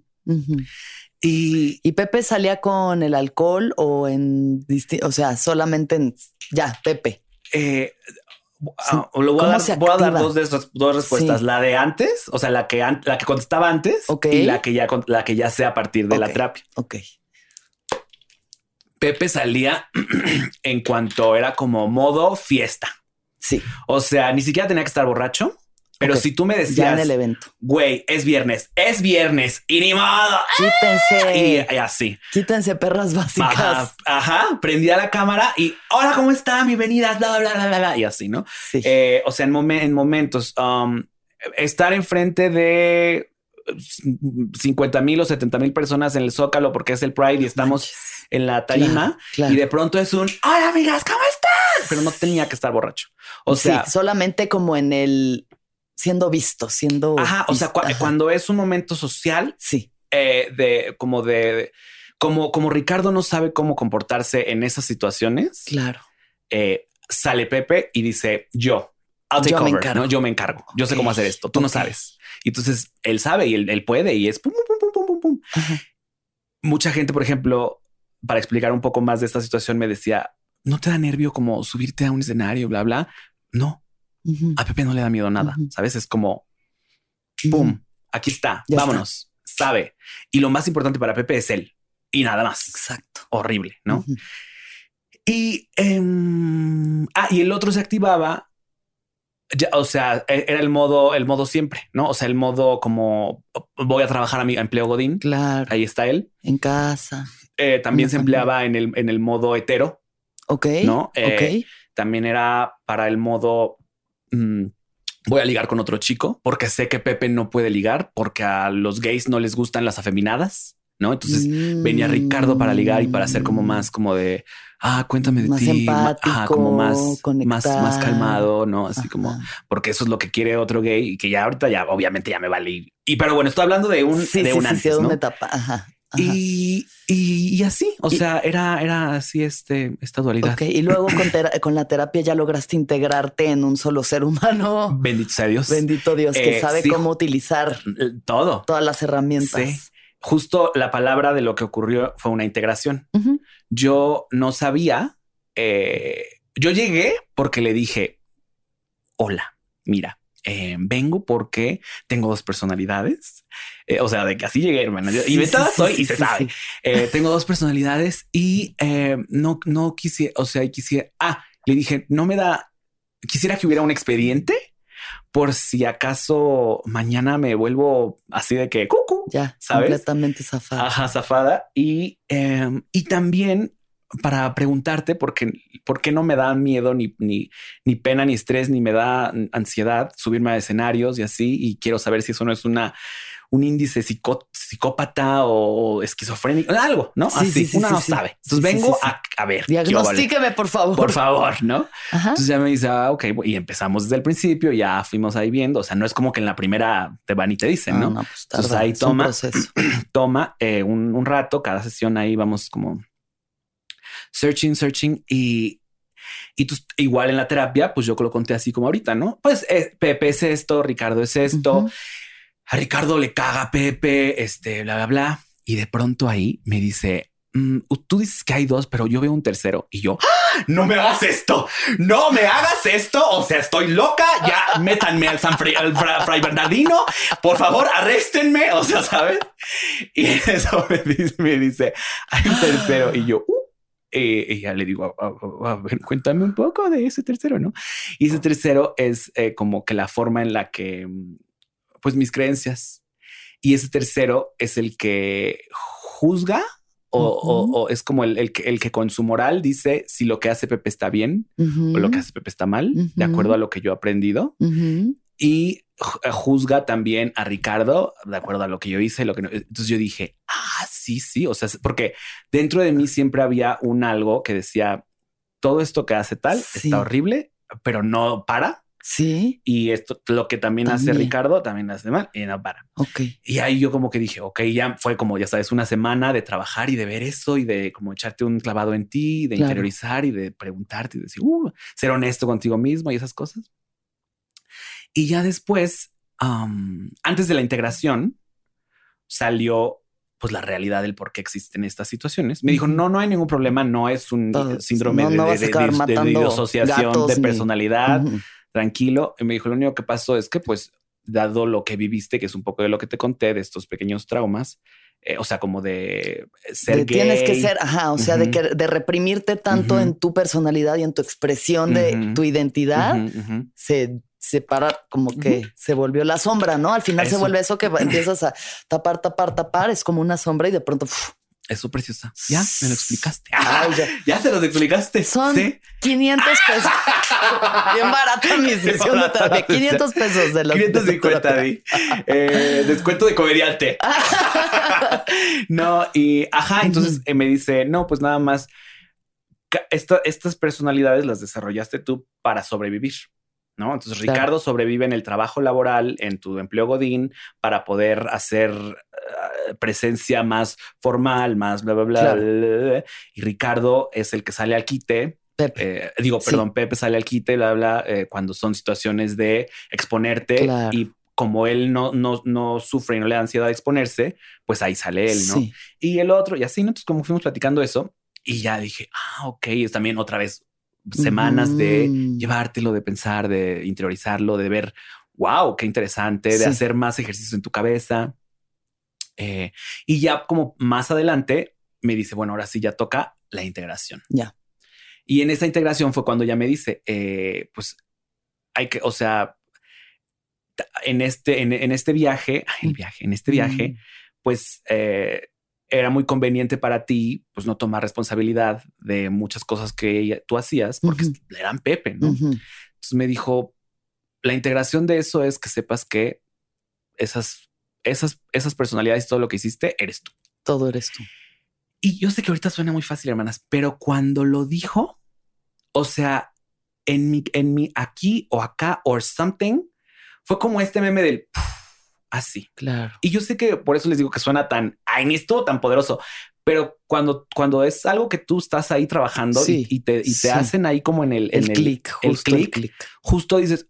¿Y Pepe salía con el alcohol o o sea, solamente Pepe? Voy a dar dos respuestas. La de antes, o sea, la que contestaba antes y la que ya sea a partir de la terapia. Pepe salía en cuanto era como modo fiesta. Sí. O sea, ni siquiera tenía que estar borracho. Pero si tú me decías, ya en el evento, güey, es viernes y ni modo. Quítense. Y así. Quítense, perras básicas. Ajá. Prendía la cámara y hola, ¿cómo está? Bienvenidas, bla, bla, bla, bla, bla. Y así, ¿no? Sí. O sea, en momentos, estar enfrente de 50,000 o 70,000 personas en el Zócalo porque es el Pride y estamos en la tarima y de pronto es un hola, amigas, ¿cómo están? Pero no tenía que estar borracho. O sea, solamente como en el siendo visto. O sea, cuando es un momento social, sí, como Ricardo no sabe cómo comportarse en esas situaciones. Claro. Sale Pepe y dice yo me encargo. ¿No? Yo me encargo. Yo sé cómo hacer esto. Tú no sabes. Y entonces él sabe y él puede y es pum, pum, pum, pum, pum, pum. Mucha gente, por ejemplo, para explicar un poco más de esta situación, me decía, ¿no te da nervio como subirte a un escenario, bla, bla? No. A Pepe no le da miedo nada, ¿sabes? Es como, ¡pum! Aquí está, ya vámonos, está. Sabe. Y lo más importante para Pepe es él y nada más. Exacto. Horrible, ¿no? Y el otro se activaba, ya, o sea, era el modo siempre, ¿no? O sea, el modo como voy a trabajar a mi empleo Godín. Claro. Ahí está él. En casa. También se empleaba en el modo hetero. ¿No? También era para el modo voy a ligar con otro chico porque sé que Pepe no puede ligar porque a los gays no les gustan las afeminadas, ¿no? Entonces venía Ricardo para ligar y para hacer como más como de cuéntame de más ti. Empático, como más calmado, ¿no? Así como, porque eso es lo que quiere otro gay y que ya ahorita ya, obviamente ya me vale. Pero bueno, estoy hablando de un antes, de ¿no? una etapa. Ajá. Y así, o sea, era así esta dualidad. Ok, y luego con la terapia ya lograste integrarte en un solo ser humano. Bendito sea Dios. Bendito Dios, que sabe cómo utilizar todas las herramientas. Sí. Justo la palabra de lo que ocurrió fue una integración. Yo no sabía. Yo llegué porque le dije, hola, mira, vengo porque tengo 2 personalidades. O sea, de que así llegué, hermana. Y soy y se sabe. Tengo 2 personalidades y no quisiera, o sea, quisiera. Le dije, quisiera que hubiera un expediente por si acaso mañana me vuelvo así de que cucu, ya, ¿sabes? Completamente zafada. Ajá, zafada. Y también para preguntarte por qué no me da miedo ni pena ni estrés ni me da ansiedad subirme a escenarios y así. Y quiero saber si eso no es un índice psicópata o esquizofrénico, algo, ¿no? Así uno no sabe. Entonces vengo a ver. Diagnostíqueme, por favor. Por favor, ¿no? Ajá. Entonces ya me dice, ok, y empezamos desde el principio, ya fuimos ahí viendo. O sea, no es como que en la primera te van y te dicen, ¿no? Pues tarda, entonces ahí toma un rato, cada sesión ahí vamos como searching y igual en la terapia, pues yo lo conté así como ahorita, ¿no? Pues Pepe es esto, Ricardo es esto. A Ricardo le caga a Pepe, bla, bla, bla. Y de pronto ahí me dice, tú dices que hay 2, pero yo veo un tercero. Y yo, no me hagas esto, no me hagas esto. O sea, estoy loca. Ya métanme al Fray Bernardino. Por favor, arréstenme. O sea, ¿sabes? Y eso me dice, hay un tercero. Y yo, y ya le digo, a ver, cuéntame un poco de ese tercero, ¿no? Y ese tercero es como que la forma en la que, pues mis creencias. Y ese tercero es el que juzga o es como el que con su moral dice si lo que hace Pepe está bien o lo que hace Pepe está mal, de acuerdo a lo que yo he aprendido. Y juzga también a Ricardo de acuerdo a lo que yo hice, lo que no. Entonces yo dije, sí. O sea, porque dentro de mí siempre había un algo que decía todo esto que hace tal está horrible, pero no para. Sí. Y esto, lo que también hace Ricardo, también hace mal y no para. Ok. Y ahí yo como que dije, ok, ya fue como, ya sabes, una semana de trabajar y de ver eso y de como echarte un clavado en ti, de interiorizar y de preguntarte y decir, ser honesto contigo mismo y esas cosas. Y ya después, antes de la integración, salió pues la realidad del por qué existen estas situaciones. Me dijo, no hay ningún problema, no es un síndrome de disociación de personalidad. Tranquilo. Y me dijo, lo único que pasó es que, pues, dado lo que viviste, que es un poco de lo que te conté, de estos pequeños traumas, o sea, como de ser gay. Tienes que ser, o sea, de reprimirte tanto en tu personalidad y en tu expresión de tu identidad, se separa, como que se volvió la sombra, ¿no? Al final se vuelve eso que empiezas a tapar, es como una sombra y de pronto... Eso preciosa. Ya me lo explicaste. Ya se los explicaste. Son 500 pesos. Bien barata mi sesión de terapia. 500 pesos de los 550. Descuento de comediante. No, y entonces me dice, no, pues nada más. Estas personalidades las desarrollaste tú para sobrevivir. ¿No? Entonces Ricardo sobrevive en el trabajo laboral, en tu empleo godín, para poder hacer presencia más formal, más bla, bla, bla, bla. Y Ricardo es el que sale al quite. Pepe. Pepe sale al quite, bla, bla, cuando son situaciones de exponerte y como él no sufre y no le da ansiedad de exponerse, pues ahí sale él, ¿no? Sí. Y el otro, y así, ¿no? Entonces como fuimos platicando eso y ya dije, ok, es también otra vez semanas de llevártelo, de pensar, de interiorizarlo, de ver, wow, qué interesante, de hacer más ejercicios en tu cabeza. Y ya como más adelante me dice, bueno, ahora sí ya toca la integración. Ya. Y en esa integración fue cuando ya me dice, pues hay que, o sea, en este viaje, pues era muy conveniente para ti, pues no tomar responsabilidad de muchas cosas que tú hacías porque eran Pepe, ¿no? Entonces me dijo, la integración de eso es que sepas que esas personalidades, todo lo que hiciste, eres tú. Todo eres tú. Y yo sé que ahorita suena muy fácil, hermanas, pero cuando lo dijo, o sea, en mi aquí o acá or something, fue como este meme del así. Claro. Y yo sé que por eso les digo que suena tan, ay, ni estuvo tan poderoso, pero cuando es algo que tú estás ahí trabajando y te hacen ahí como en el clic, justo dices,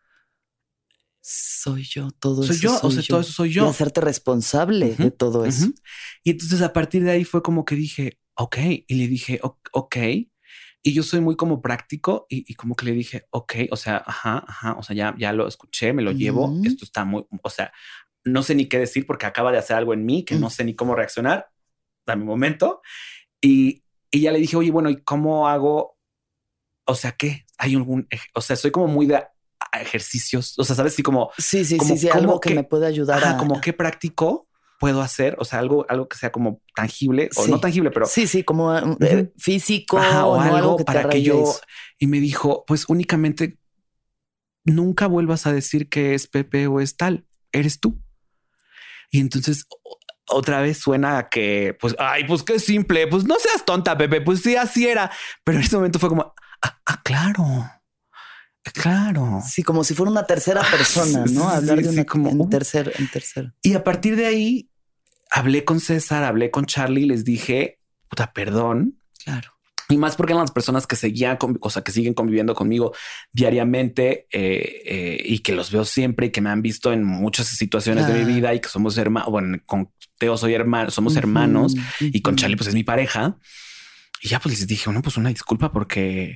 soy yo, todo soy eso yo, soy o sea, yo. todo eso soy yo. Y hacerte responsable de todo eso. Y entonces a partir de ahí fue como que dije, ok, y le dije, ok. Y yo soy muy como práctico y como que le dije, ok, o sea, o sea, ya lo escuché, me lo llevo, esto está muy, o sea, no sé ni qué decir porque acaba de hacer algo en mí que no sé ni cómo reaccionar, dame un momento. Y ya le dije, oye, bueno, ¿y cómo hago? O sea, ¿qué? Hay algún, o sea, soy como muy de ejercicios, o sea, ¿sabes? Sí, como... Sí, algo que me puede ayudar a... como qué práctico puedo hacer, o sea, algo que sea como tangible o no tangible, pero como físico o no algo que para que yo. Y me dijo, pues únicamente nunca vuelvas a decir que es Pepe o es tal, eres tú. Y entonces otra vez suena a que, pues, ay, pues qué simple, pues no seas tonta, Pepe, pues sí, así era. Pero en ese momento fue como, claro. Claro. Sí, como si fuera una tercera persona, ¿no? Hablar de una como en tercero. Y a partir de ahí hablé con César, hablé con Charlie y les dije, puta, perdón. Claro. Y más porque eran las personas que seguían, o sea, que siguen conviviendo conmigo diariamente y que los veo siempre y que me han visto en muchas situaciones de mi vida y que somos hermanos. Bueno, con Teo soy hermano, somos hermanos y con Charlie pues es mi pareja. Y ya pues les dije, bueno, pues una disculpa porque...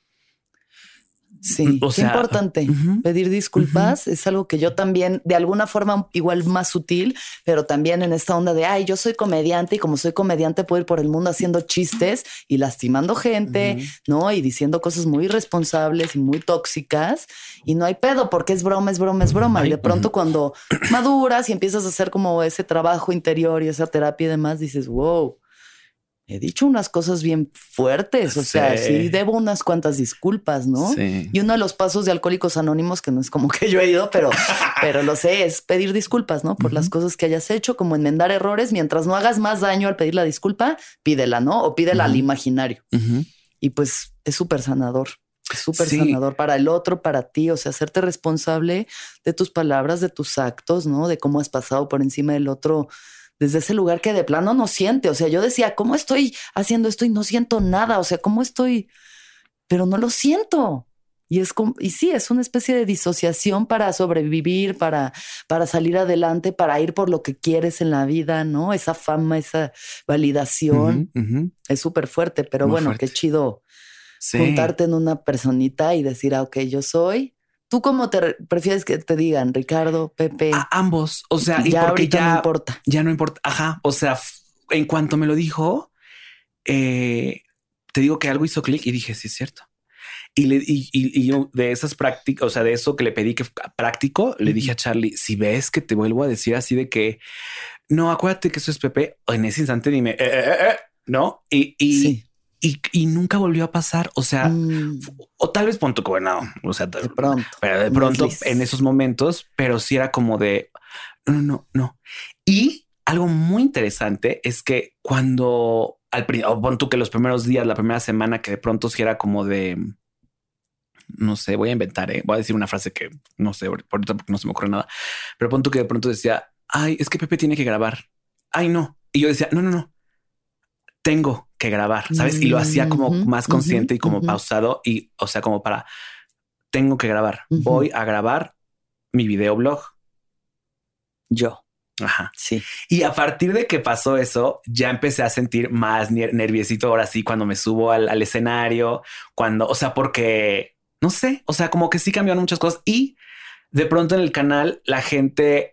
Sí, o sea, importante. Pedir disculpas es algo que yo también, de alguna forma igual más sutil, pero también en esta onda de, ay, yo soy comediante y como soy comediante puedo ir por el mundo haciendo chistes y lastimando gente, ¿no? Y diciendo cosas muy irresponsables y muy tóxicas y no hay pedo porque es broma. Ay, y de pronto cuando maduras y empiezas a hacer como ese trabajo interior y esa terapia y demás, dices, wow. He dicho unas cosas bien fuertes, o sea, sí debo unas cuantas disculpas, ¿no? Sí. Y uno de los pasos de Alcohólicos Anónimos, que no es como que yo he ido, pero lo sé, es pedir disculpas, ¿no? Por las cosas que hayas hecho, como enmendar errores. Mientras no hagas más daño al pedir la disculpa, pídela, ¿no? O pídela al imaginario. Y pues es súper sanador. Es súper sanador para el otro, para ti, o sea, hacerte responsable de tus palabras, de tus actos, ¿no? De cómo has pasado por encima del otro desde ese lugar que de plano no siente. O sea, yo decía, ¿cómo estoy haciendo esto y no siento nada? O sea, ¿cómo estoy? Pero no lo siento. Y sí, es una especie de disociación para sobrevivir, para salir adelante, para ir por lo que quieres en la vida, ¿no? Esa fama, esa validación es súper fuerte, pero muy bueno, fuerte. Qué chido juntarte en una personita y decir, ok, yo soy. ¿Tú cómo te prefieres que te digan, Ricardo, Pepe? A ambos. O sea, y ya porque ya no importa. Ya no importa. Ajá. O sea, en cuanto me lo dijo, te digo que algo hizo clic y dije, sí, es cierto. Y yo de esas prácticas, o sea, de eso que le pedí que práctico, le dije a Charlie, si ves que te vuelvo a decir así de que no, acuérdate que eso es Pepe, en ese instante dime, no. Y nunca volvió a pasar. O sea, o tal vez punto que bueno, o sea, de pronto en esos momentos, pero sí era como de no. Y algo muy interesante es que cuando pon tú que los primeros días, la primera semana, que de pronto sí era como de no sé, voy a inventar, voy a decir una frase que no sé ahorita porque no se me ocurre nada, pero pon tú que de pronto decía, ay, es que Pepe tiene que grabar. Ay, no. Y yo decía, no. Tengo que grabar, ¿sabes? Y lo hacía como más consciente y como pausado y, o sea, como para, tengo que grabar. Voy a grabar mi videoblog. Yo. Ajá. Sí. Y a partir de que pasó eso, ya empecé a sentir más nerviosito ahora sí cuando me subo al escenario, o sea, porque, no sé, o sea, como que sí cambiaron muchas cosas y de pronto en el canal la gente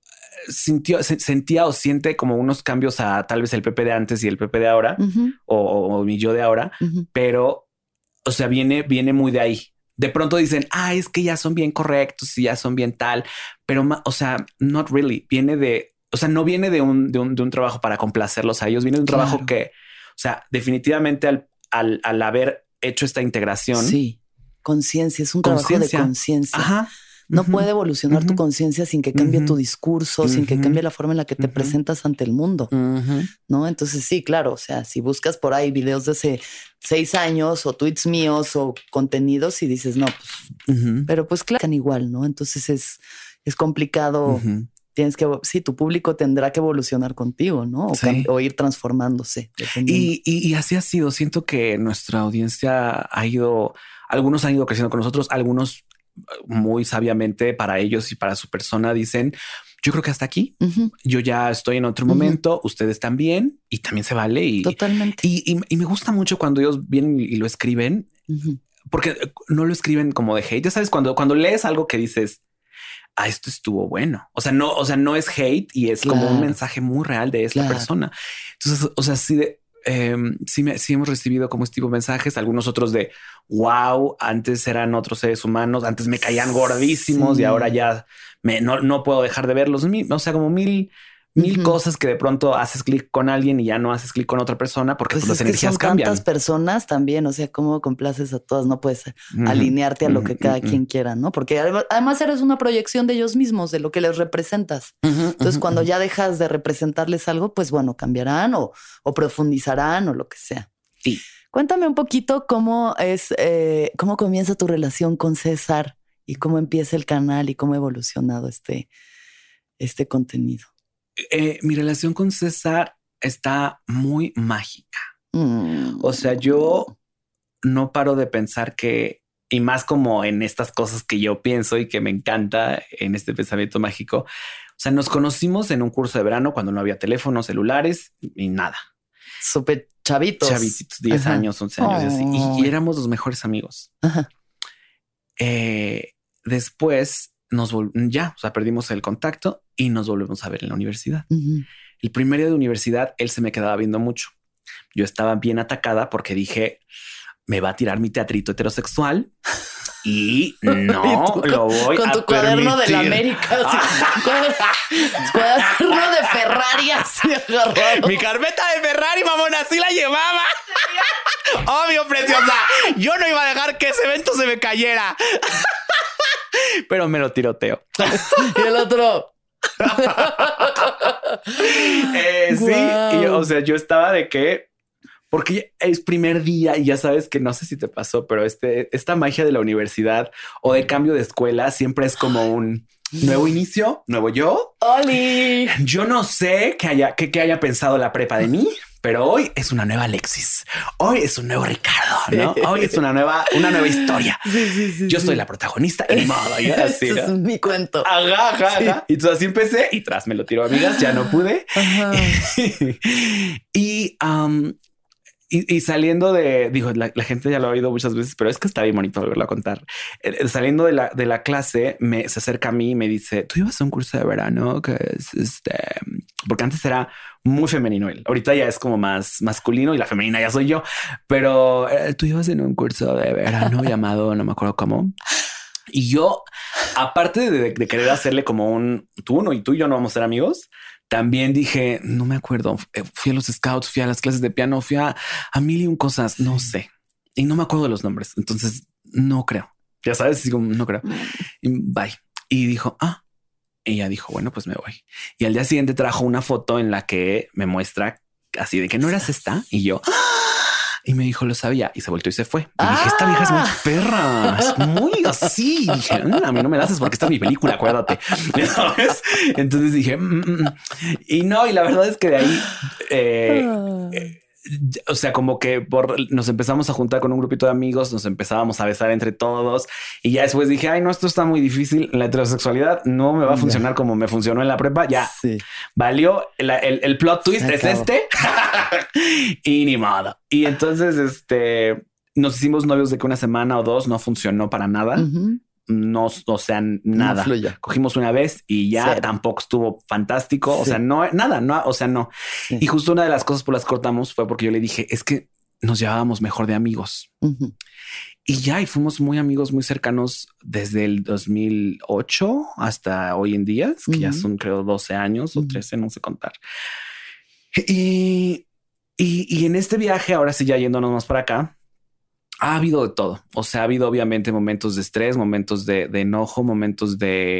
sentía o siente como unos cambios a tal vez el Pepe de antes y el Pepe de ahora o mi yo de ahora, pero o sea, viene muy de ahí. De pronto dicen, es que ya son bien correctos y ya son bien tal, pero o sea, not really. No viene de un trabajo para complacerlos a ellos, viene de un trabajo que, o sea, definitivamente al haber hecho esta integración. Sí, conciencia, es un trabajo de conciencia. Ajá. No puede evolucionar tu conciencia sin que cambie tu discurso, sin que cambie la forma en la que te presentas ante el mundo, ¿no? Entonces sí, claro, o sea, si buscas por ahí videos de hace 6 años o tweets míos o contenidos y dices, no, pues, pero pues claro, igual, ¿no? Entonces es complicado. Tienes que, sí, tu público tendrá que evolucionar contigo, ¿no? O ir transformándose. Y así ha sido. Siento que nuestra audiencia algunos han ido creciendo con nosotros, algunos muy sabiamente para ellos y para su persona dicen, yo creo que hasta aquí, yo ya estoy en otro momento, ustedes también, y también se vale. Y, totalmente. Y me gusta mucho cuando ellos vienen y lo escriben, porque no lo escriben como de hate. Ya sabes, cuando lees algo que dices, esto estuvo bueno. O sea, no es hate y es como un mensaje muy real de esta persona. Entonces, o sea, sí hemos recibido como este tipo de mensajes, algunos otros de wow, antes eran otros seres humanos, antes me caían gordísimos y ahora ya no puedo dejar de verlos. O sea, como mil cosas que de pronto haces clic con alguien y ya no haces clic con otra persona porque pues las energías son cambian. Tantas personas también, o sea, cómo complaces a todas, no puedes alinearte a lo que cada quien quiera, ¿no? Porque además eres una proyección de ellos mismos, de lo que les representas. Entonces, cuando ya dejas de representarles algo, pues bueno, cambiarán o profundizarán o lo que sea. Sí. Cuéntame un poquito cómo comienza tu relación con César y cómo empieza el canal y cómo ha evolucionado este contenido. Mi relación con César está muy mágica. O sea, yo no paro de pensar y más como en estas cosas que yo pienso y que me encanta en este pensamiento mágico. O sea, nos conocimos en un curso de verano cuando no había teléfonos, celulares ni nada. Súper chavitos. Chavititos, 10 años, 11 años y así. Y éramos los mejores amigos. Después perdimos el contacto y nos volvemos a ver en la universidad. El primer día de universidad, él se me quedaba viendo mucho. Yo estaba bien atacada porque dije, me va a tirar mi teatrito heterosexual y no lo voy a permitir. Con tu cuaderno de la América. Cuaderno de Ferrari así agarrado. Mi carpeta de Ferrari, mamona, así la llevaba. Obvio, preciosa. Yo no iba a dejar que ese evento se me cayera. Pero me lo tiroteo. Y el otro. Sí, o sea, yo estaba de que, porque es primer día y ya sabes que no sé si te pasó, pero esta magia de la universidad o de cambio de escuela siempre es como un nuevo inicio, nuevo yo. ¡Oli! Yo no sé qué haya pensado la prepa de mí, pero hoy es una nueva Alexis. Hoy es un nuevo Ricardo, ¿no? Hoy es una nueva historia. Sí, yo soy la protagonista y ni modo. Así, ¿no? Es mi cuento. Ajá. Y entonces así empecé y tras me lo tiró, amigas. Ya no pude. Y saliendo la gente ya lo ha oído muchas veces, pero es que está bien bonito volverlo a contar. Saliendo de la clase, se acerca a mí y me dice, tú ibas a un curso de verano que es porque antes era muy femenino él. Ahorita ya es como más masculino y la femenina ya soy yo, pero tú ibas en un curso de verano llamado, no me acuerdo cómo. Y yo, aparte de querer hacerle como tú y yo no vamos a ser amigos, también dije, no me acuerdo, fui a los scouts, fui a las clases de piano, fui a mil y un cosas, no sé. Y no me acuerdo de los nombres. Entonces no creo. Ya sabes, digo, no creo. Y bye. Y dijo, ella dijo, bueno, pues me voy. Y al día siguiente trajo una foto en la que me muestra así de que no eras esta. Y yo, y me dijo, lo sabía. Y se volteó y se fue. Y dije, esta vieja es muy perra. Es muy así. Y dije, a mí no me la haces porque esta es mi película, acuérdate. ¿Sabes? Entonces dije, y no, y la verdad es que de ahí, o sea, como que nos empezamos a juntar con un grupito de amigos, nos empezábamos a besar entre todos y ya después dije, ay, no, esto está muy difícil. La heterossexualidad no me va a funcionar como me funcionó en la prepa. Ya valió el plot twist es y ni modo. Y entonces nos hicimos novios de que una semana o dos no funcionó para nada. No, o sea, nada. No cogimos una vez y ya tampoco estuvo fantástico. O sea, no, nada, no, o sea, no. Sí. Y justo una de las cosas por las que cortamos fue porque yo le dije, es que nos llevábamos mejor de amigos. Y ya, y fuimos muy amigos, muy cercanos desde el 2008 hasta hoy en día, que ya son creo 12 años o 13, no sé contar. Y en este viaje, ahora sí ya yéndonos más para acá, Ha habido de todo. O sea, ha habido obviamente momentos de estrés, momentos de enojo, momentos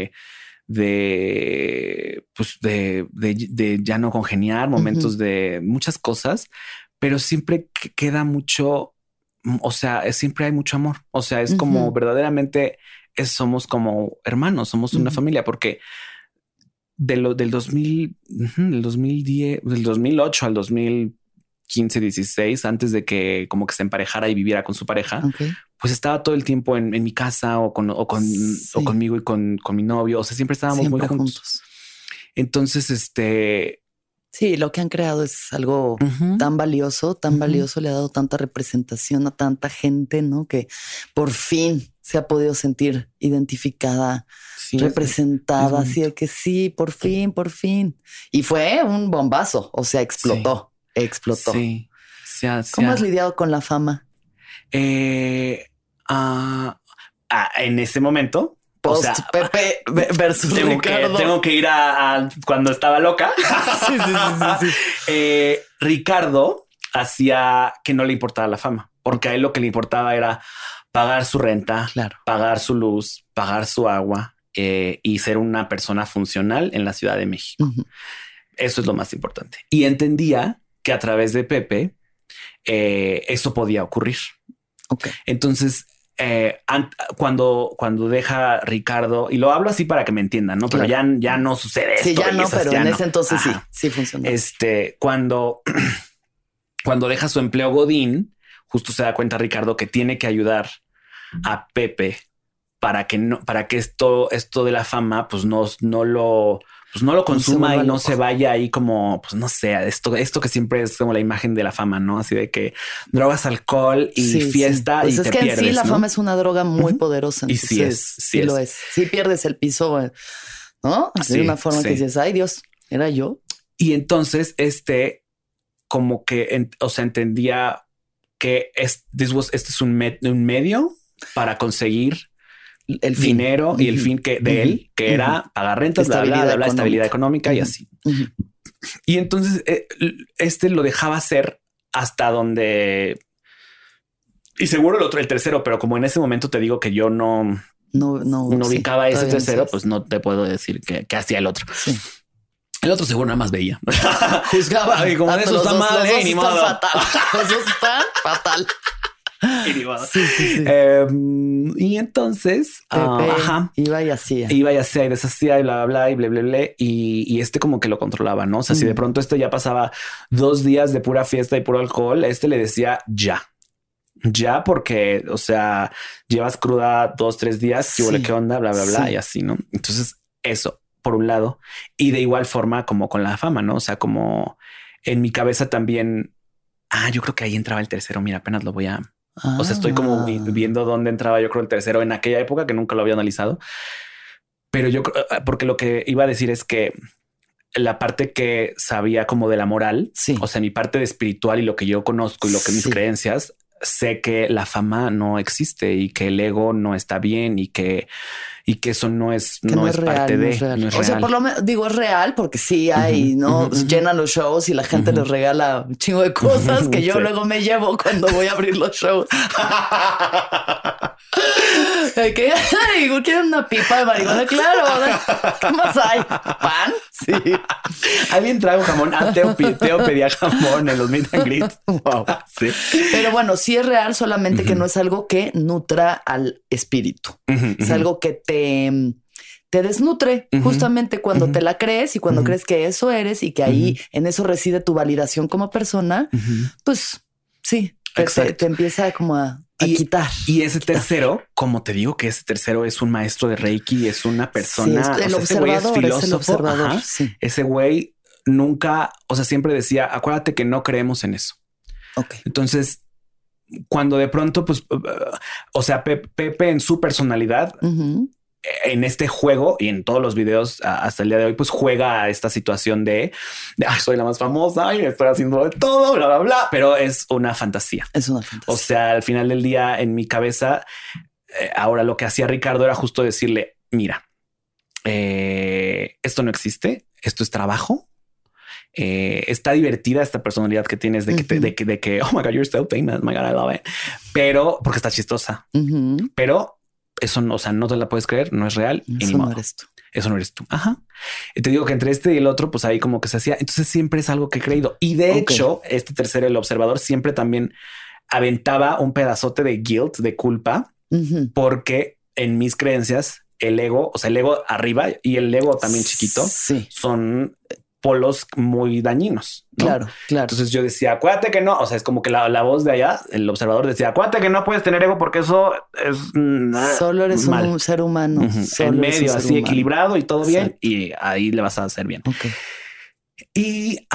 de ya no congeniar, momentos de muchas cosas, pero siempre queda mucho, o sea, siempre hay mucho amor. O sea, es como verdaderamente somos como hermanos, somos una familia, porque del 2000, del 2010, del 2008 al 2015, 16, antes de que como que se emparejara y viviera con su pareja, pues estaba todo el tiempo en mi casa o conmigo y con mi novio. O sea, siempre estábamos muy juntos. Entonces, sí, lo que han creado es algo tan valioso, le ha dado tanta representación a tanta gente, ¿no? Que por fin se ha podido sentir identificada, representada, así de que sí, por fin. Y fue un bombazo, o sea, explotó. Sí. ¿Cómo has lidiado con la fama? En ese momento, o sea, Pepe versus Ricardo. Tengo que ir a cuando estaba loca. Sí. Ricardo hacía que no le importaba la fama, porque a él lo que le importaba era pagar su renta, pagar su luz, pagar su agua y ser una persona funcional en la Ciudad de México. Eso es lo más importante. Y entendía que a través de Pepe eso podía ocurrir. Entonces, cuando deja Ricardo, y lo hablo así para que me entiendan, ¿no? Pero ya no sucede esto. Sí, ya no, pero en ese entonces sí funcionó. Cuando deja su empleo Godín, justo se da cuenta Ricardo que tiene que ayudar a Pepe para que esto de la fama, pues no lo consuma y no se vaya ahí como, pues no sé, esto que siempre es como la imagen de la fama, ¿no? Así de que drogas, alcohol y fiesta. Pues y es te que pierdes, en sí la ¿no? fama es una droga muy poderosa. Y sí lo es. Sí pierdes el piso, ¿no? De una forma que dices, ay Dios, ¿era yo? Y entonces como que, entendía que este es un medio para conseguir el dinero y el fin de él, que era pagar rentas, estabilidad económica y así. Y entonces lo dejaba hacer hasta donde, y seguro el tercero, pero como en ese momento te digo que yo no ubicaba ese tercero, pues no te puedo decir que hacía el otro. Sí. El otro seguro nada más veía. Juzgaba. Y como eso está mal, ni modo. Los dos están fatal. Sí. Y entonces iba y hacía y deshacía y bla, y como que lo controlaba, ¿no? O sea, si de pronto ya pasaba 2 días de pura fiesta y puro alcohol, le decía ya, porque, o sea, llevas cruda 2-3 días, ¿qué onda? Bla, y así, ¿no? Entonces eso por un lado, y de igual forma como con la fama, ¿no? O sea, como en mi cabeza también, yo creo que ahí entraba el tercero. Mira, apenas lo voy a... O sea, estoy como viendo dónde entraba yo creo el tercero en aquella época, que nunca lo había analizado. Pero yo creo, porque lo que iba a decir es que la parte que sabía como de la moral, o sea, mi parte de espiritual y lo que yo conozco y lo que mis creencias, sé que la fama no existe y que el ego no está bien y que eso no es parte de... No es real. O sea, por lo menos digo es real porque sí hay, ¿no? Llenan los shows y la gente les regala un chingo de cosas que yo luego me llevo cuando voy a abrir los shows. ¿Qué? Digo, ¿quieren una pipa de marihuana? Claro. ¿Qué más hay? ¿Pan? Sí. Alguien trajo jamón. Teo pedía jamón en los meet and greets. Wow. Sí. Pero bueno, sí es real, solamente que no es algo que nutra al espíritu. Es algo que te desnutre justamente cuando te la crees y cuando crees que eso eres y que ahí en eso reside tu validación como persona, pues sí, te empieza como a quitar. Y ese tercero, como te digo, que ese tercero es un maestro de Reiki, es una persona, ese güey es filósofo. Ese güey nunca, o sea, siempre decía, acuérdate que no creemos en eso. Entonces, cuando de pronto, pues, o sea, Pepe en su personalidad, en este juego y en todos los videos hasta el día de hoy, pues juega a esta situación de soy la más famosa y estoy haciendo de todo, bla, bla, bla, pero es una fantasía. O sea, al final del día en mi cabeza, ahora lo que hacía Ricardo era justo decirle, mira, esto no existe, esto es trabajo. está divertida esta personalidad que tienes de que, oh my God, you're so famous. Oh my God, I love it. Pero porque está chistosa, pero eso no, o sea, no te la puedes creer, no es real. Eso no eres tú. Eso no eres tú. Ajá. Y te digo que entre este y el otro, pues ahí como que se hacía. Entonces siempre es algo que he creído. Y de hecho, este tercero, el observador, siempre también aventaba un pedazote de guilt, de culpa, porque en mis creencias, el ego, o sea, el ego arriba y el ego también chiquito son polos muy dañinos, ¿no? Claro. Entonces yo decía, acuérdate que no, o sea, es como que la voz de allá, el observador decía, acuérdate que no puedes tener ego porque eso es solo eres un ser humano. En medio, así equilibrado y todo bien, y ahí le vas a hacer bien. Y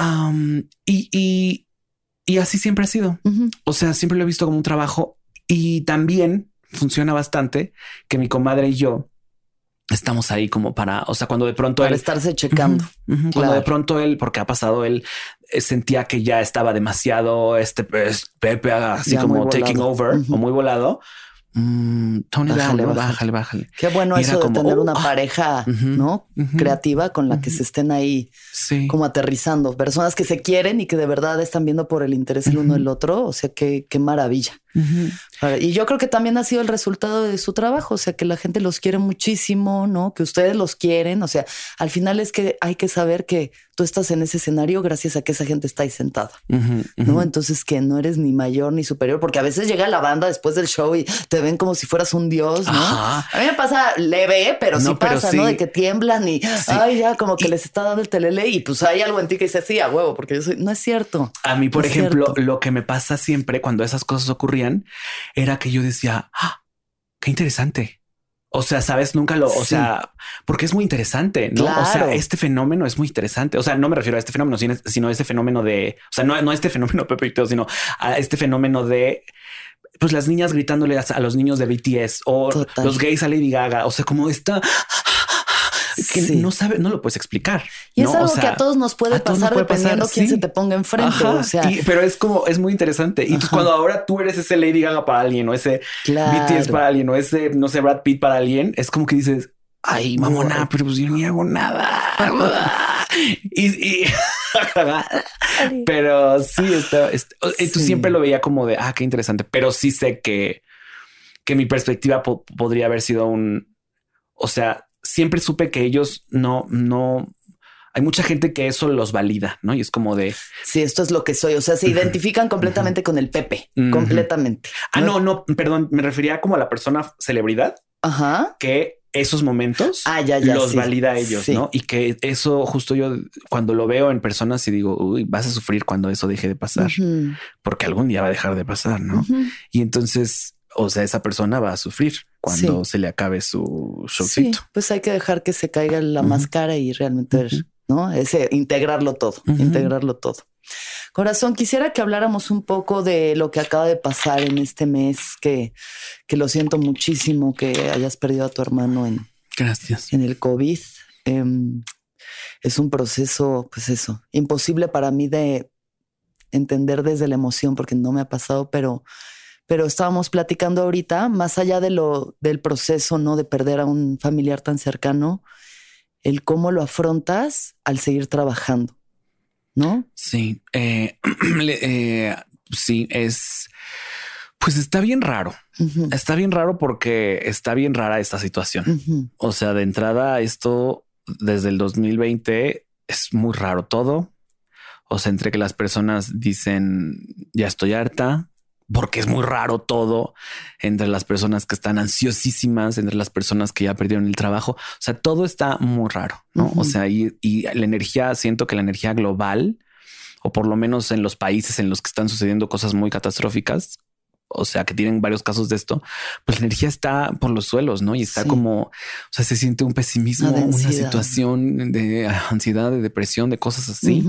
así siempre ha sido. O sea, siempre lo he visto como un trabajo y también funciona bastante que mi comadre y yo estamos ahí como para, o sea, cuando de pronto para estarse checando. Cuando de pronto él, porque ha pasado él, sentía que ya estaba demasiado Pepe así ya como taking over o muy volado. Tony, bájale. Qué bueno eso de tener una pareja, ¿no? Creativa con la que se estén ahí como aterrizando. Personas que se quieren y que de verdad están viendo por el interés el uno del otro. O sea, qué maravilla. Y yo creo que también ha sido el resultado de su trabajo. O sea, que la gente los quiere muchísimo, ¿no? Que ustedes los quieren. O sea, al final es que hay que saber que tú estás en ese escenario gracias a que esa gente está ahí sentada, ¿no? Entonces que no eres ni mayor ni superior, porque a veces llega la banda después del show y te ven como si fueras un dios, ¿no? A mí me pasa leve, pero sí pasa, ¿no? De que tiemblan y ay, ya como que les está dando el telele y pues hay algo en ti que dice sí, a huevo, porque yo soy, no es cierto. A mí, por ejemplo, lo que me pasa siempre cuando esas cosas ocurrían era que yo decía, qué interesante. O sea, sabes, nunca o sea, porque es muy interesante, ¿no? Claro. O sea, este fenómeno es muy interesante. O sea, no me refiero a este fenómeno, sino a este fenómeno de, o sea, no este fenómeno Pepe y Teo, sino a este fenómeno de, pues las niñas gritándole a los niños de BTS o los gays a Lady Gaga. O sea, como esta que no lo puedes explicar. Y es algo que a todos nos puede pasar dependiendo quién se te ponga enfrente. O sea, pero es muy interesante. Y cuando ahora tú eres ese Lady Gaga para alguien o ese BTS para alguien o ese, no sé, Brad Pitt para alguien, es como que dices, ay, mamona, pero pues yo ni hago nada. Pero sí, tú siempre lo veía como de, qué interesante. Pero sí sé que mi perspectiva podría haber sido o sea, siempre supe que ellos no, hay mucha gente que eso los valida, ¿no? Y es como de... Sí, esto es lo que soy. O sea, se identifican completamente con el Pepe, completamente. No, perdón, me refería como a la persona celebridad que esos momentos los valida a ellos, ¿no? Y que eso justo yo cuando lo veo en personas y digo, uy, vas a sufrir cuando eso deje de pasar, porque algún día va a dejar de pasar, ¿no? Y entonces... O sea, esa persona va a sufrir cuando se le acabe su showcito. Sí, pues hay que dejar que se caiga la máscara y realmente, ¿no? Integrarlo todo, integrarlo todo. Corazón, quisiera que habláramos un poco de lo que acaba de pasar en este mes, que lo siento muchísimo que hayas perdido a tu hermano en el COVID. Es un proceso, pues eso, imposible para mí de entender desde la emoción porque no me ha pasado, pero estábamos platicando ahorita, más allá del proceso, ¿no? De perder a un familiar tan cercano, el cómo lo afrontas al seguir trabajando, ¿no? Sí. Sí, pues está bien raro. Está bien raro porque está bien rara esta situación. O sea, de entrada, esto desde el 2020 es muy raro todo. O sea, entre que las personas dicen ya estoy harta, porque es muy raro todo, entre las personas que están ansiosísimas, entre las personas que ya perdieron el trabajo. O sea, todo está muy raro, ¿no? O sea, y la energía, siento que la energía global, o por lo menos en los países en los que están sucediendo cosas muy catastróficas, o sea, que tienen varios casos de esto, pues la energía está por los suelos, ¿no? Y está como, o sea, se siente un pesimismo, una situación de ansiedad, de depresión, de cosas así.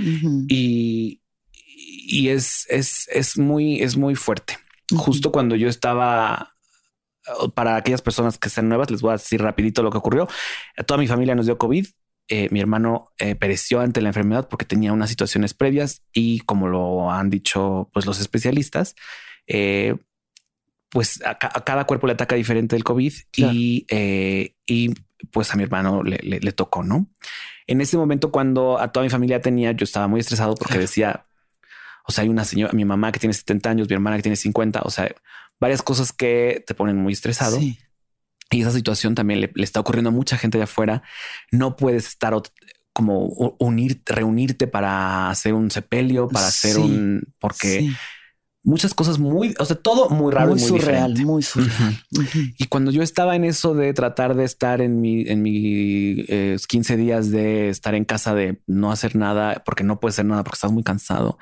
Y es muy fuerte. Justo cuando yo estaba, para aquellas personas que sean nuevas, les voy a decir rapidito lo que ocurrió. A toda mi familia nos dio COVID. Mi hermano pereció ante la enfermedad porque tenía unas situaciones previas y como lo han dicho pues los especialistas, pues a cada cuerpo le ataca diferente el COVID. Claro. Y pues a mi hermano le tocó, ¿no? En ese momento, cuando a toda mi familia tenía, yo estaba muy estresado porque decía, o sea, hay una señora, mi mamá que tiene 70 años, mi hermana que tiene 50, o sea, varias cosas que te ponen muy estresado. Sí. Y esa situación también le está ocurriendo a mucha gente allá afuera. No puedes estar como reunirte para hacer un sepelio, para hacer porque muchas cosas o sea, todo muy raro, muy surreal, diferente. Muy surreal. Y cuando yo estaba en eso de tratar de estar en mi 15 días de estar en casa, de no hacer nada, porque no puedes hacer nada porque estás muy cansado.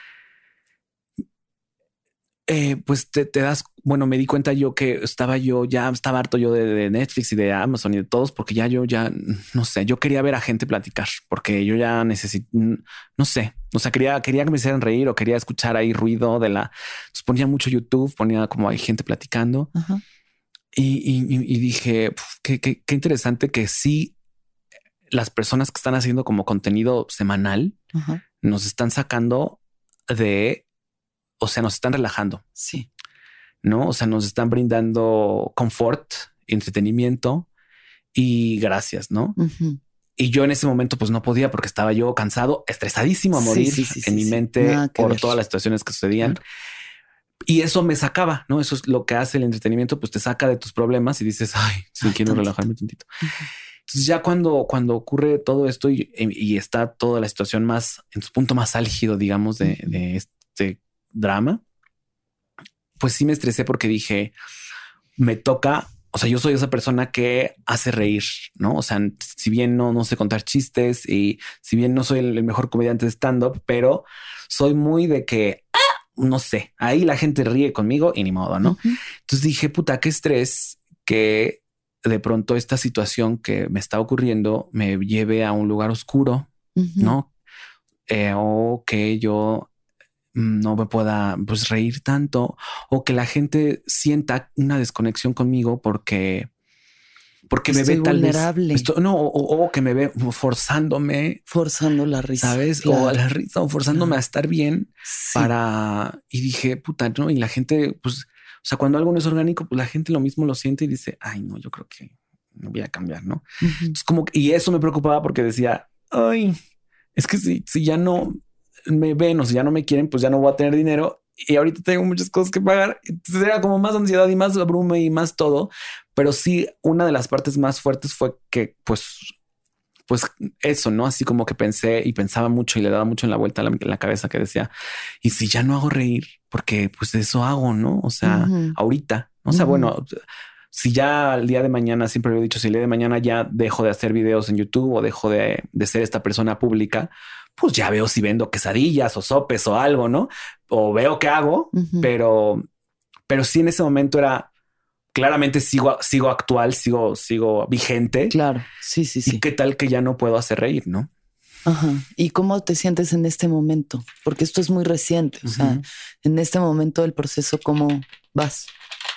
Pues te das, bueno, me di cuenta yo que ya estaba harto yo de Netflix y de Amazon y de todos, porque no sé, yo quería ver a gente platicar, porque yo ya necesito, no sé, o sea, quería que me hicieran reír o quería escuchar ahí ruido pues ponía mucho YouTube, ponía como hay gente platicando. Ajá. Y dije, qué interesante que sí, las personas que están haciendo como contenido semanal nos están sacando o sea, nos están relajando. Sí. ¿No? O sea, nos están brindando confort, entretenimiento y gracias, ¿no? Y yo en ese momento pues no podía porque estaba yo cansado, estresadísimo a morir en mi mente por todas las situaciones que sucedían. Claro. Y eso me sacaba, ¿no? Eso es lo que hace el entretenimiento, pues te saca de tus problemas y dices, sí, quiero relajarme tantito. Entonces ya cuando ocurre todo esto y está toda la situación más en su punto más álgido, digamos, de este drama, pues sí me estresé porque dije, me toca, o sea, yo soy esa persona que hace reír, ¿no? O sea, si bien no sé contar chistes y si bien no soy el mejor comediante de stand-up, pero soy muy de que, no sé, ahí la gente ríe conmigo y ni modo, ¿no? Entonces dije, puta, qué estrés que de pronto esta situación que me está ocurriendo me lleve a un lugar oscuro, ¿no? O que yo no me pueda pues reír tanto o que la gente sienta una desconexión conmigo porque me ve tal vulnerable. Vez o que me ve forzando la risa, ¿sabes? Claro. O a la risa o forzándome a estar bien y dije, puta, no, y la gente pues, o sea, cuando algo no es orgánico, pues la gente lo mismo lo siente y dice, ay, no, yo creo que no voy a cambiar, ¿no? Entonces y eso me preocupaba porque decía, ay, es que si ya no me ven o si ya no me quieren, pues ya no voy a tener dinero y ahorita tengo muchas cosas que pagar. Entonces era como más ansiedad y más abrume y más todo. Pero sí, una de las partes más fuertes fue que pues eso, ¿no? Así como que pensé y pensaba mucho y le daba mucho en la vuelta en la cabeza que decía, y si ya no hago reír, porque pues eso hago, ¿no? O sea, ahorita, o sea, bueno, si ya el día de mañana, siempre lo he dicho, si el día de mañana ya dejo de hacer videos en YouTube o dejo de ser esta persona pública, pues ya veo si vendo quesadillas o sopes o algo, ¿no? O veo qué hago, pero sí en ese momento era claramente sigo actual, sigo vigente. Claro, sí. ¿Y qué tal que ya no puedo hacer reír, no? Ajá. ¿Y cómo te sientes en este momento? Porque esto es muy reciente. O sea, en este momento del proceso, ¿cómo vas?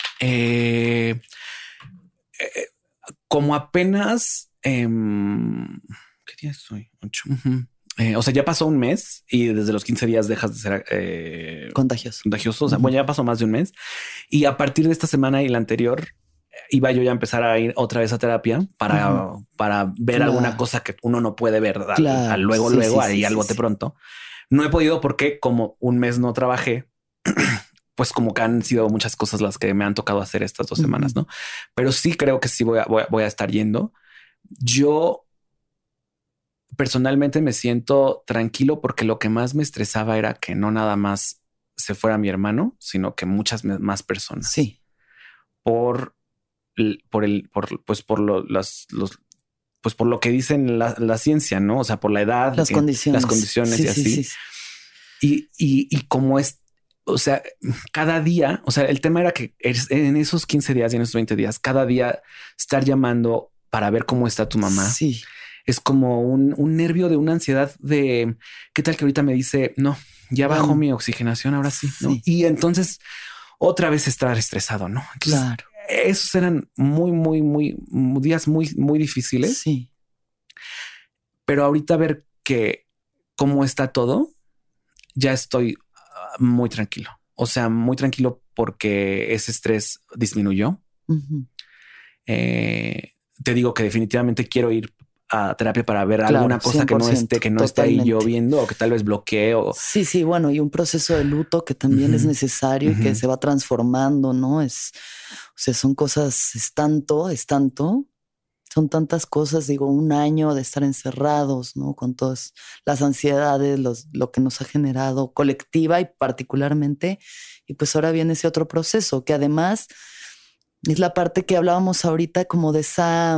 Como apenas, ¿qué día soy? 8. O sea, ya pasó un mes y desde los 15 días dejas de ser contagioso. O sea, bueno, ya pasó más de un mes y a partir de esta semana y la anterior iba yo ya a empezar a ir otra vez a terapia para ver alguna cosa que uno no puede ver luego, ahí al bote pronto. No he podido porque como un mes no trabajé, pues como que han sido muchas cosas las que me han tocado hacer estas 2 semanas, ¿no? Pero sí creo que sí voy a estar yendo. Yo personalmente me siento tranquilo porque lo que más me estresaba era que no nada más se fuera mi hermano, sino que muchas más personas. Sí. Por lo que dicen la ciencia, ¿no? O sea, por la edad, las condiciones y así. Sí. Y como es, o sea, cada día, o sea, el tema era que en esos 15 días y en esos 20 días, cada día estar llamando para ver cómo está tu mamá. Sí. Es como un nervio de una ansiedad de qué tal que ahorita me dice, no, ya bajó mi oxigenación, ahora sí, ¿no? Y entonces otra vez estar estresado, ¿no? Entonces, claro. Esos eran días muy difíciles. Sí. Pero ahorita ver que cómo está todo, ya estoy muy tranquilo. O sea, muy tranquilo porque ese estrés disminuyó. te digo que definitivamente quiero ir a terapia para ver alguna cosa que no esté ahí yo viendo o que tal vez bloqueo. Sí, bueno, y un proceso de luto que también es necesario y que se va transformando, ¿no? Son cosas, es tanto, son tantas cosas, digo, un año de estar encerrados, ¿no? Con todas las ansiedades, lo que nos ha generado colectiva y particularmente, y pues ahora viene ese otro proceso que además es la parte que hablábamos ahorita como de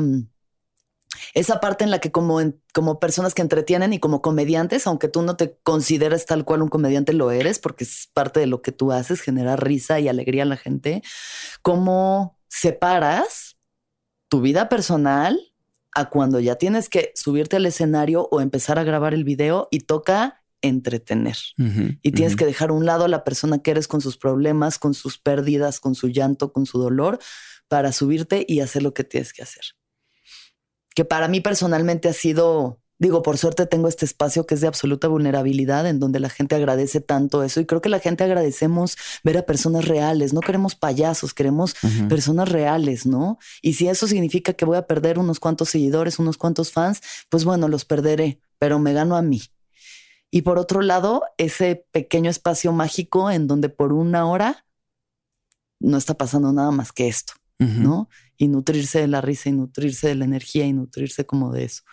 esa parte en la que como personas que entretienen y como comediantes, aunque tú no te consideres tal cual un comediante, lo eres porque es parte de lo que tú haces, generar risa y alegría a la gente, cómo separas tu vida personal a cuando ya tienes que subirte al escenario o empezar a grabar el video y toca entretener. Y tienes que dejar a un lado a la persona que eres con sus problemas, con sus pérdidas, con su llanto, con su dolor, para subirte y hacer lo que tienes que hacer. Que para mí personalmente ha sido, digo, por suerte tengo este espacio que es de absoluta vulnerabilidad en donde la gente agradece tanto eso y creo que la gente agradecemos ver a personas reales, no queremos payasos, queremos personas reales, ¿no? Y si eso significa que voy a perder unos cuantos seguidores, unos cuantos fans, pues bueno, los perderé, pero me gano a mí. Y por otro lado, ese pequeño espacio mágico en donde por una hora no está pasando nada más que esto, ¿no? Y nutrirse de la risa y nutrirse de la energía y nutrirse como de eso.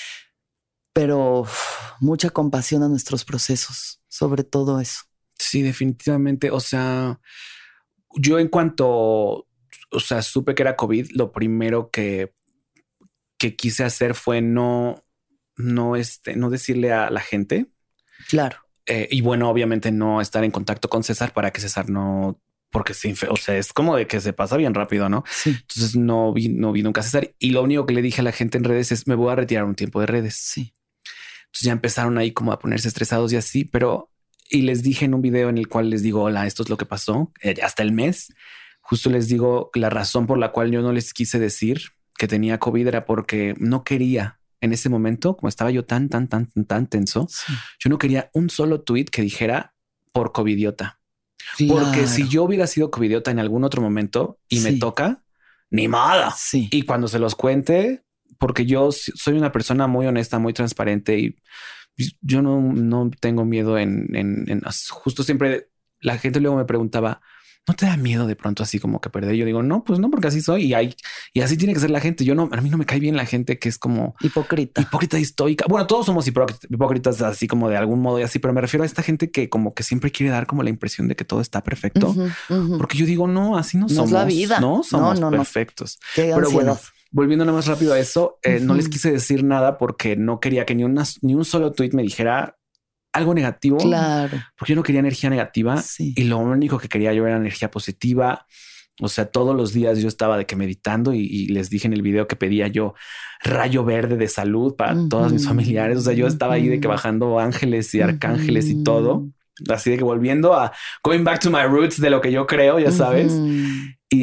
Pero mucha compasión a nuestros procesos, sobre todo eso. Sí, definitivamente. O sea, yo en cuanto, supe que era COVID, lo primero que quise hacer fue no decirle a la gente. Claro. Y bueno, obviamente no estar en contacto con César para que César no, porque es como de que se pasa bien rápido, ¿no? Sí. Entonces no vi nunca a César. Y lo único que le dije a la gente en redes es me voy a retirar un tiempo de redes. Sí. Entonces ya empezaron ahí como a ponerse estresados y así, y les dije en un video en el cual les digo, hola, esto es lo que pasó hasta el mes. Justo les digo la razón por la cual yo no les quise decir que tenía COVID era porque no quería en ese momento, como estaba yo tan tenso, yo no quería un solo tweet que dijera por covidiota. Claro. Porque si yo hubiera sido covidiota en algún otro momento y me toca, ni nada. Sí. Y cuando se los cuente, porque yo soy una persona muy honesta, muy transparente y yo no tengo miedo en justo siempre la gente luego me preguntaba, ¿no te da miedo de pronto así como que perder? Yo digo, no, pues no, porque así soy y así tiene que ser la gente. A mí no me cae bien la gente que es como hipócrita y estoica. Bueno, todos somos hipócritas así como de algún modo y así, pero me refiero a esta gente que como que siempre quiere dar como la impresión de que todo está perfecto. Porque yo digo, no, así no somos. La vida. No somos perfectos. Qué pero ansiedad. Bueno, volviendo nada más rápido a eso, no les quise decir nada porque no quería que ni un solo tweet me dijera algo negativo. Claro. Porque yo no quería energía negativa y lo único que quería yo era energía positiva. O sea, todos los días yo estaba de que meditando y les dije en el video que pedía yo rayo verde de salud para todos mis familiares. O sea, yo estaba ahí de que bajando ángeles y arcángeles y todo. Así de que volviendo a going back to my roots de lo que yo creo, ya sabes. Y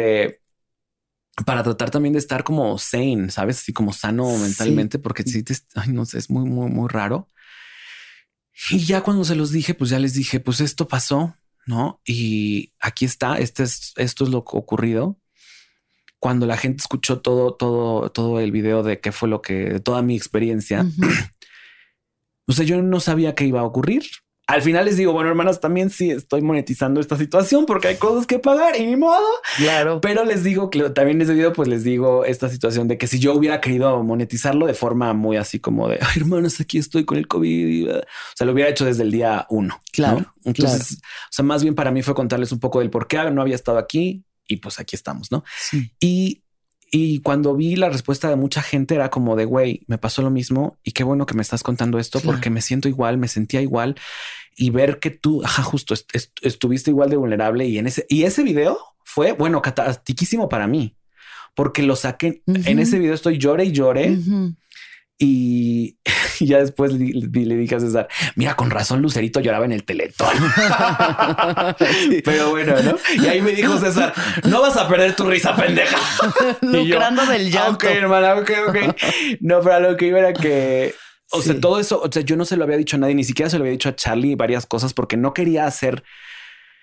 para tratar también de estar como sane, sabes, así como sano mentalmente, porque no sé, es muy, muy, muy raro. Y ya cuando se los dije, pues ya les dije, pues esto pasó, ¿no? Y aquí está, esto es lo que ocurrido. Cuando la gente escuchó todo el video de qué fue de toda mi experiencia, o sea, yo no sabía qué iba a ocurrir. Al final les digo, bueno, hermanas, también sí estoy monetizando esta situación porque hay cosas que pagar y ni modo. Claro. Pero les digo que también en ese video, pues les digo esta situación de que si yo hubiera querido monetizarlo de forma muy así como de, ay, hermanas, aquí estoy con el COVID. O sea, lo hubiera hecho desde el día 1. Claro. ¿no? Entonces, o sea, más bien para mí fue contarles un poco del por qué no había estado aquí y pues aquí estamos, ¿no? Sí. Y cuando vi la respuesta de mucha gente era como de, güey, me pasó lo mismo y qué bueno que me estás contando esto porque me siento igual, me sentía igual y ver que tú justo estuviste igual de vulnerable y ese video fue, bueno, catártiquísimo para mí porque lo saqué. En ese video estoy llore y llore y ya después le dije a César, mira, con razón Lucerito lloraba en el Teletón. Sí. Pero bueno, ¿no? Y ahí me dijo César, no vas a perder tu risa, pendeja. Lucrando del llanto. Ok, hermana, ok. No, pero lo que iba era que, o sea, todo eso, o sea, yo no se lo había dicho a nadie, ni siquiera se lo había dicho a Charlie varias cosas porque no quería hacer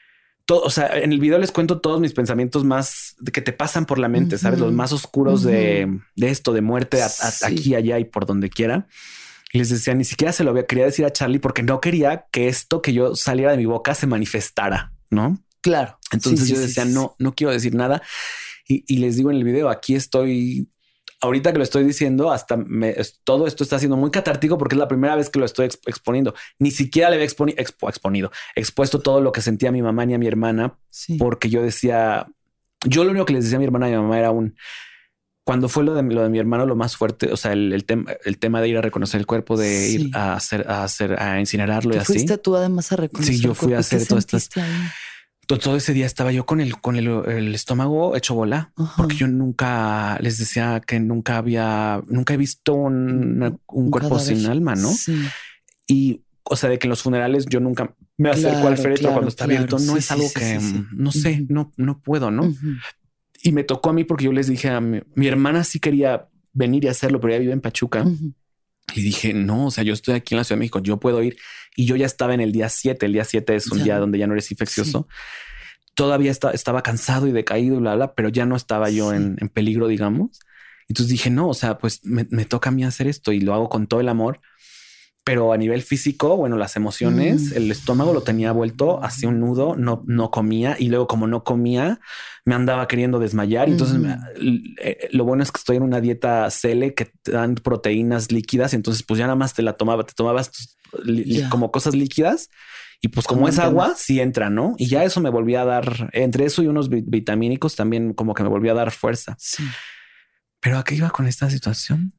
todo, o sea, en el video les cuento todos mis pensamientos más que te pasan por la mente, ¿sabes? Los más oscuros de esto, de muerte aquí, allá y por donde quiera. Y les decía, ni siquiera se lo quería decir a Charlie porque no quería que esto que yo saliera de mi boca se manifestara, ¿no? Claro. Entonces yo decía, no quiero decir nada. Y les digo en el video, aquí estoy, ahorita que lo estoy diciendo, todo esto está siendo muy catártico porque es la primera vez que lo estoy exponiendo. Ni siquiera le había expuesto todo lo que sentía a mi mamá ni a mi hermana, porque yo decía, yo lo único que les decía a mi hermana y a mi mamá era cuando fue lo de mi hermano, lo más fuerte, o sea, el tema de ir a reconocer el cuerpo, de ir a incinerarlo y así. ¿Fuiste tú además a reconocer? Sí, yo fui a hacer todas estas. Todo ese día estaba yo con el estómago hecho bola, porque yo nunca les decía que nunca he visto un cuerpo sin alma, ¿no? Sí. Y o sea, de que en los funerales yo nunca me acerco al féretro cuando está abierto. No es algo que no sé, no puedo, ¿no? Y me tocó a mí porque yo les dije a mi hermana sí quería venir y hacerlo, pero ella vive en Pachuca. Y dije, no, o sea, yo estoy aquí en la Ciudad de México, yo puedo ir. Y yo ya estaba en el día 7. El día 7 es un día donde ya no eres infeccioso. Sí. Todavía estaba cansado y decaído y bla, bla, pero ya no estaba yo en peligro, digamos. Entonces dije, no, o sea, pues me toca a mí hacer esto y lo hago con todo el amor. Pero a nivel físico, bueno, las emociones, el estómago lo tenía vuelto hacia un nudo, no comía. Y luego como no comía, me andaba queriendo desmayar. Y entonces lo bueno es que estoy en una dieta Cele que te dan proteínas líquidas. Entonces pues ya nada más te tomabas como cosas líquidas. Y pues como es agua, sí entra, ¿no? Y ya eso me volvía a dar, entre eso y unos vitamínicos también como que me volvía a dar fuerza. Sí. Pero ¿a qué iba con esta situación?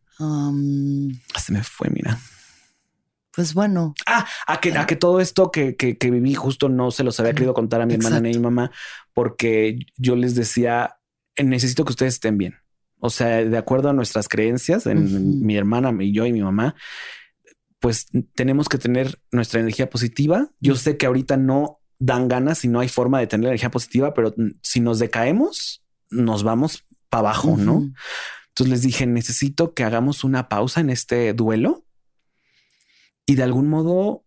Se me fue, mira. Pues bueno. A que todo esto que viví justo no se los había querido contar a mi hermana ni a mi mamá, porque yo les decía, necesito que ustedes estén bien. O sea, de acuerdo a nuestras creencias, en mi hermana y yo y mi mamá, pues tenemos que tener nuestra energía positiva. Yo sé que ahorita no dan ganas y no hay forma de tener energía positiva, pero si nos decaemos, nos vamos para abajo, ¿no? Entonces les dije, necesito que hagamos una pausa en este duelo y de algún modo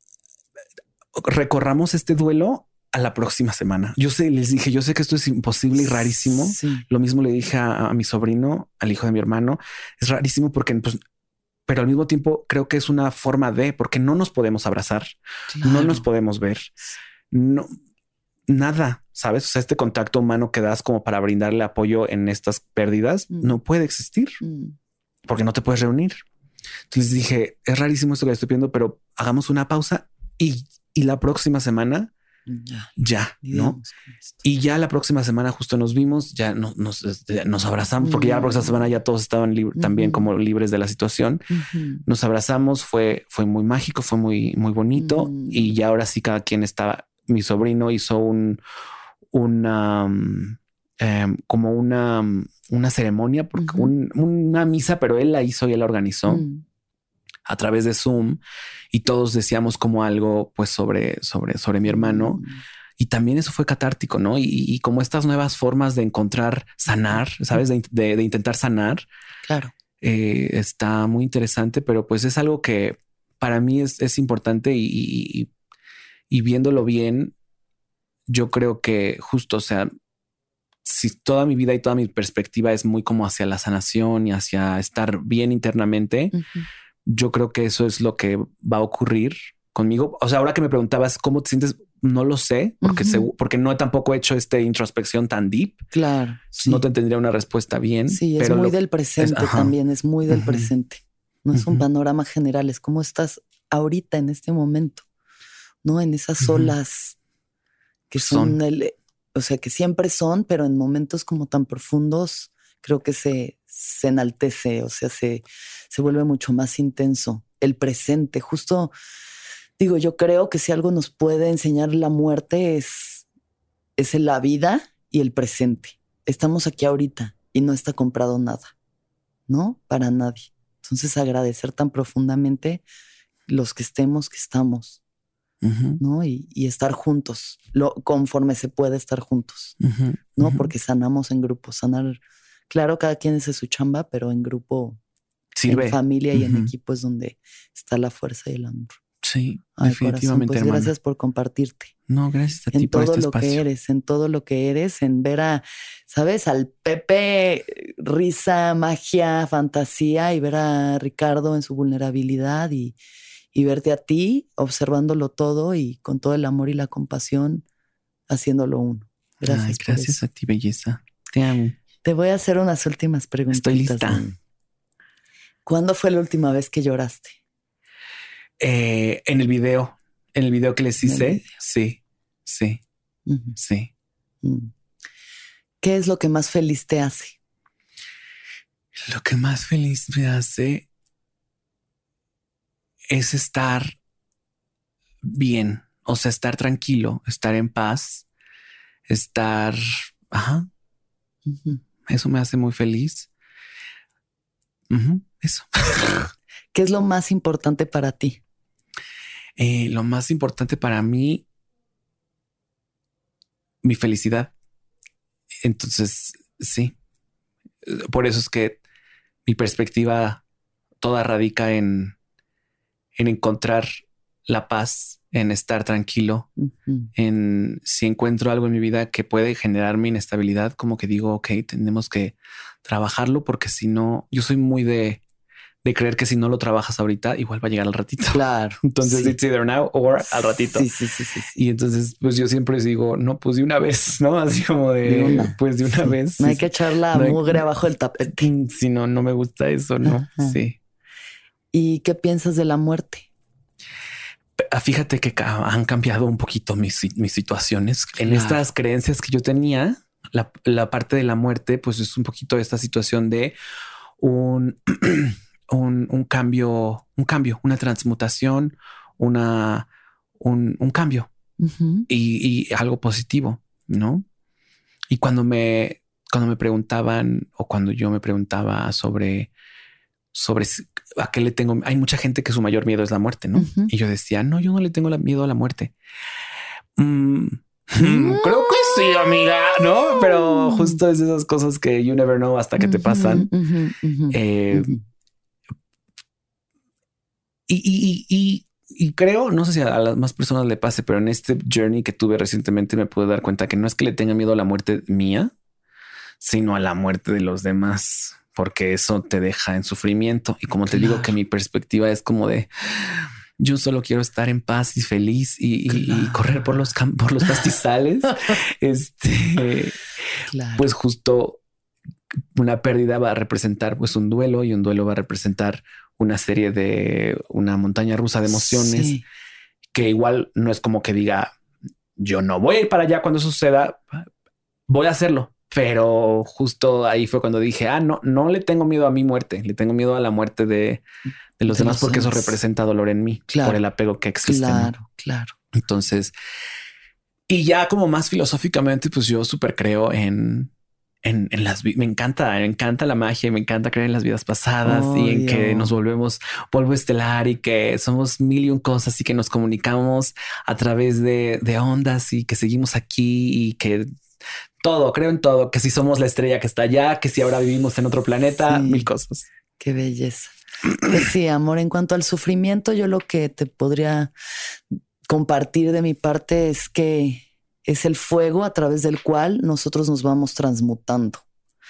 recorramos este duelo a la próxima semana. Les dije, yo sé que esto es imposible y rarísimo. Sí. Lo mismo le dije a mi sobrino, al hijo de mi hermano. Es rarísimo porque, pues, pero al mismo tiempo creo que es una forma porque no nos podemos abrazar, no nos podemos ver, no, nada, ¿sabes? O sea, este contacto humano que das como para brindarle apoyo en estas pérdidas no puede existir porque no te puedes reunir. Entonces dije, es rarísimo esto que le estoy pidiendo, pero hagamos una pausa y la próxima semana ya, ¿no? Y ya la próxima semana justo nos vimos, ya nos abrazamos, porque ya la próxima semana ya todos estaban también como libres de la situación. Nos abrazamos, fue muy mágico, fue muy, muy bonito. Y ya ahora sí cada quien estaba, mi sobrino hizo como una ceremonia, porque una misa, pero él la hizo y él la organizó a través de Zoom y todos decíamos como algo pues sobre mi hermano. Y también eso fue catártico, ¿no? Y como estas nuevas formas de encontrar, sanar, ¿sabes? De intentar sanar. Claro. Está muy interesante, pero pues es algo que para mí es importante y viéndolo bien, yo creo que justo, o sea, si toda mi vida y toda mi perspectiva es muy como hacia la sanación y hacia estar bien internamente, yo creo que eso es lo que va a ocurrir conmigo. O sea, ahora que me preguntabas cómo te sientes, no lo sé, porque no tampoco he hecho esta introspección tan deep. Claro. Sí. No te tendría una respuesta bien. Sí, pero es muy del presente también, es muy del presente. No es un panorama general, es cómo estás ahorita en este momento, ¿no? En esas olas que son o sea, que siempre son, pero en momentos como tan profundos, creo que se enaltece, o sea, se vuelve mucho más intenso. El presente, justo, digo, yo creo que si algo nos puede enseñar la muerte es la vida y el presente. Estamos aquí ahorita y no está comprado nada, ¿no? Para nadie. Entonces agradecer tan profundamente los que estamos. ¿no? Y estar juntos, conforme se puede estar juntos, ¿no? Porque sanamos en grupo, claro, cada quien hace su chamba, pero en grupo, sirve. En familia y en equipo es donde está la fuerza y el amor. Sí, Ay, definitivamente, corazón, pues hermana. gracias por compartirte. No, gracias a ti por este espacio. En todo lo que eres, en ver a, ¿sabes? Al Pepe, risa, magia, fantasía, y ver a Ricardo en su vulnerabilidad y verte a ti observándolo todo y con todo el amor y la compasión haciéndolo uno. Gracias. Ay, gracias a ti, belleza. Te amo. Te voy a hacer unas últimas preguntas. Estoy lista. ¿Cuándo fue la última vez que lloraste? En el video que les hice. Sí. Uh-huh. Sí. ¿Qué es lo que más feliz te hace? Lo que más feliz me hace es estar bien, o sea, estar tranquilo, estar en paz, estar... Ajá. Uh-huh. Eso me hace muy feliz. Uh-huh. Eso. ¿Qué es lo más importante para ti? Lo más importante para mí, mi felicidad. Entonces, sí. Por eso es que mi perspectiva toda radica en encontrar la paz, en estar tranquilo, uh-huh. En si encuentro algo en mi vida que puede generarme inestabilidad, como que digo, ok, tenemos que trabajarlo, porque si no, yo soy muy de creer que si no lo trabajas ahorita, igual va a llegar al ratito. Claro. Entonces, sí. It's either now or al ratito. Sí. Y entonces, pues yo siempre digo, no, pues de una vez, ¿no? Así como pues de una vez. No hay que echar la mugre abajo del tapete. Si no me gusta eso, ¿no? Ajá. Sí. ¿Y qué piensas de la muerte? Fíjate que han cambiado un poquito mis situaciones. Claro. En estas creencias que yo tenía, la parte de la muerte, pues es un poquito esta situación de un cambio, una transmutación, un cambio, uh-huh. y algo positivo, ¿no? Y cuando me preguntaban, o cuando yo me preguntaba sobre a qué le tengo, hay mucha gente que su mayor miedo es la muerte, ¿no? Uh-huh. Y yo decía, no, yo no le tengo miedo a la muerte. Creo que sí, amiga, ¿no? Pero justo es esas cosas que you never know hasta que te pasan. Y creo, no sé si a las más personas le pase, pero en este journey que tuve recientemente me pude dar cuenta que no es que le tenga miedo a la muerte mía, sino a la muerte de los demás, porque eso te deja en sufrimiento. Y como te digo, que mi perspectiva es como de yo solo quiero estar en paz y feliz y correr por los pastizales. Pues justo una pérdida va a representar pues un duelo, y un duelo va a representar una serie de una montaña rusa de emociones, sí. Que igual no es como que diga yo no voy a ir para allá cuando suceda, voy a hacerlo. Pero justo ahí fue cuando dije, no le tengo miedo a mi muerte, le tengo miedo a la muerte de los demás, porque eso representa dolor en mí, claro, por el apego que existe. Claro, ¿no? Claro. Entonces, y ya como más filosóficamente, pues yo súper creo en las me encanta la magia, me encanta creer en las vidas pasadas, y en que nos volvemos polvo estelar y que somos mil y un cosas y que nos comunicamos a través de ondas y que seguimos aquí y que todo, creo en todo, que si somos la estrella que está allá, que si ahora vivimos en otro planeta, sí. Mil cosas. Qué belleza. Pues sí, amor, en cuanto al sufrimiento, yo lo que te podría compartir de mi parte es que es el fuego a través del cual nosotros nos vamos transmutando.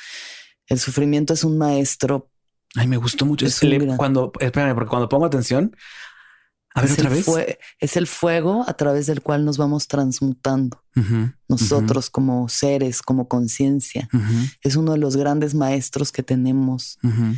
El sufrimiento es un maestro. Ay, me gustó mucho. Espérame, porque cuando pongo atención, a ver otra vez. Es el fuego a través del cual nos vamos transmutando. Uh-huh, nosotros, uh-huh. Como seres, como conciencia. Uh-huh. Es uno de los grandes maestros que tenemos. Uh-huh.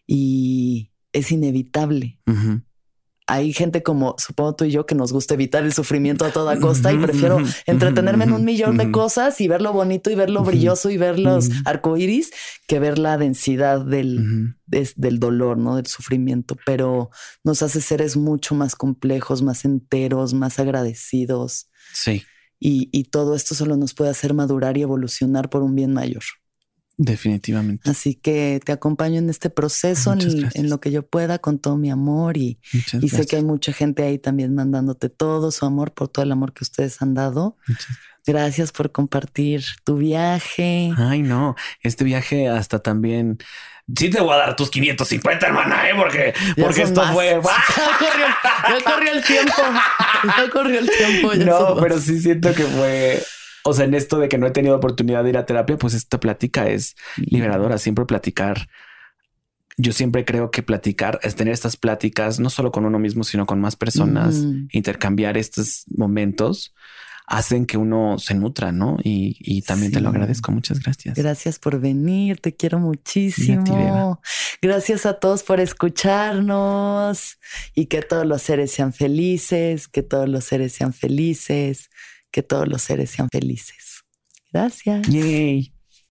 Y es inevitable. Uh-huh. Hay gente como, supongo tú y yo, que nos gusta evitar el sufrimiento a toda costa, y prefiero entretenerme en un millón de cosas y ver lo bonito y ver lo brilloso y ver los arcoíris, que ver la densidad del dolor, ¿no? Del sufrimiento. Pero nos hace seres mucho más complejos, más enteros, más agradecidos. Sí. Y todo esto solo nos puede hacer madurar y evolucionar por un bien mayor. Definitivamente. Así que te acompaño en este proceso, en lo que yo pueda, con todo mi amor, y sé que hay mucha gente ahí también mandándote todo su amor, por todo el amor que ustedes han dado. Gracias por compartir tu viaje. Ay, no, este viaje hasta también sí te voy a dar tus 550, hermana, porque esto más. fue... Ya corrió el tiempo. Ya corrió el tiempo. No, pero sí siento que fue... O sea, en esto de que no he tenido oportunidad de ir a terapia, pues esta plática es liberadora. Siempre platicar. Yo siempre creo que platicar es tener estas pláticas, no solo con uno mismo, sino con más personas, intercambiar estos momentos hacen que uno se nutra, ¿no? Y también te lo agradezco. Muchas gracias. Gracias por venir. Te quiero muchísimo. Gracias a todos por escucharnos y que todos los seres sean felices, que todos los seres sean felices, que todos los seres sean felices. Gracias. Yay.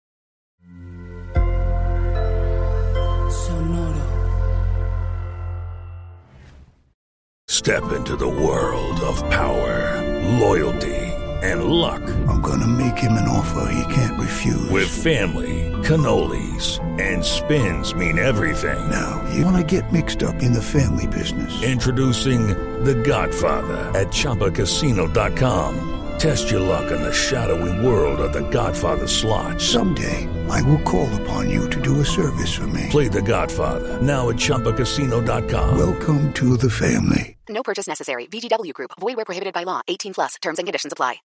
Step into the world of power, loyalty, and luck. I'm gonna make him an offer he can't refuse. With family, cannolis, and spins mean everything. Now, you wanna get mixed up in the family business. Introducing The Godfather at ChumbaCasino.com. Test your luck in the shadowy world of The Godfather slot. Someday, I will call upon you to do a service for me. Play The Godfather now at ChumbaCasino.com. Welcome to the family. No purchase necessary. VGW Group. Void where prohibited by law. 18+. Terms and conditions apply.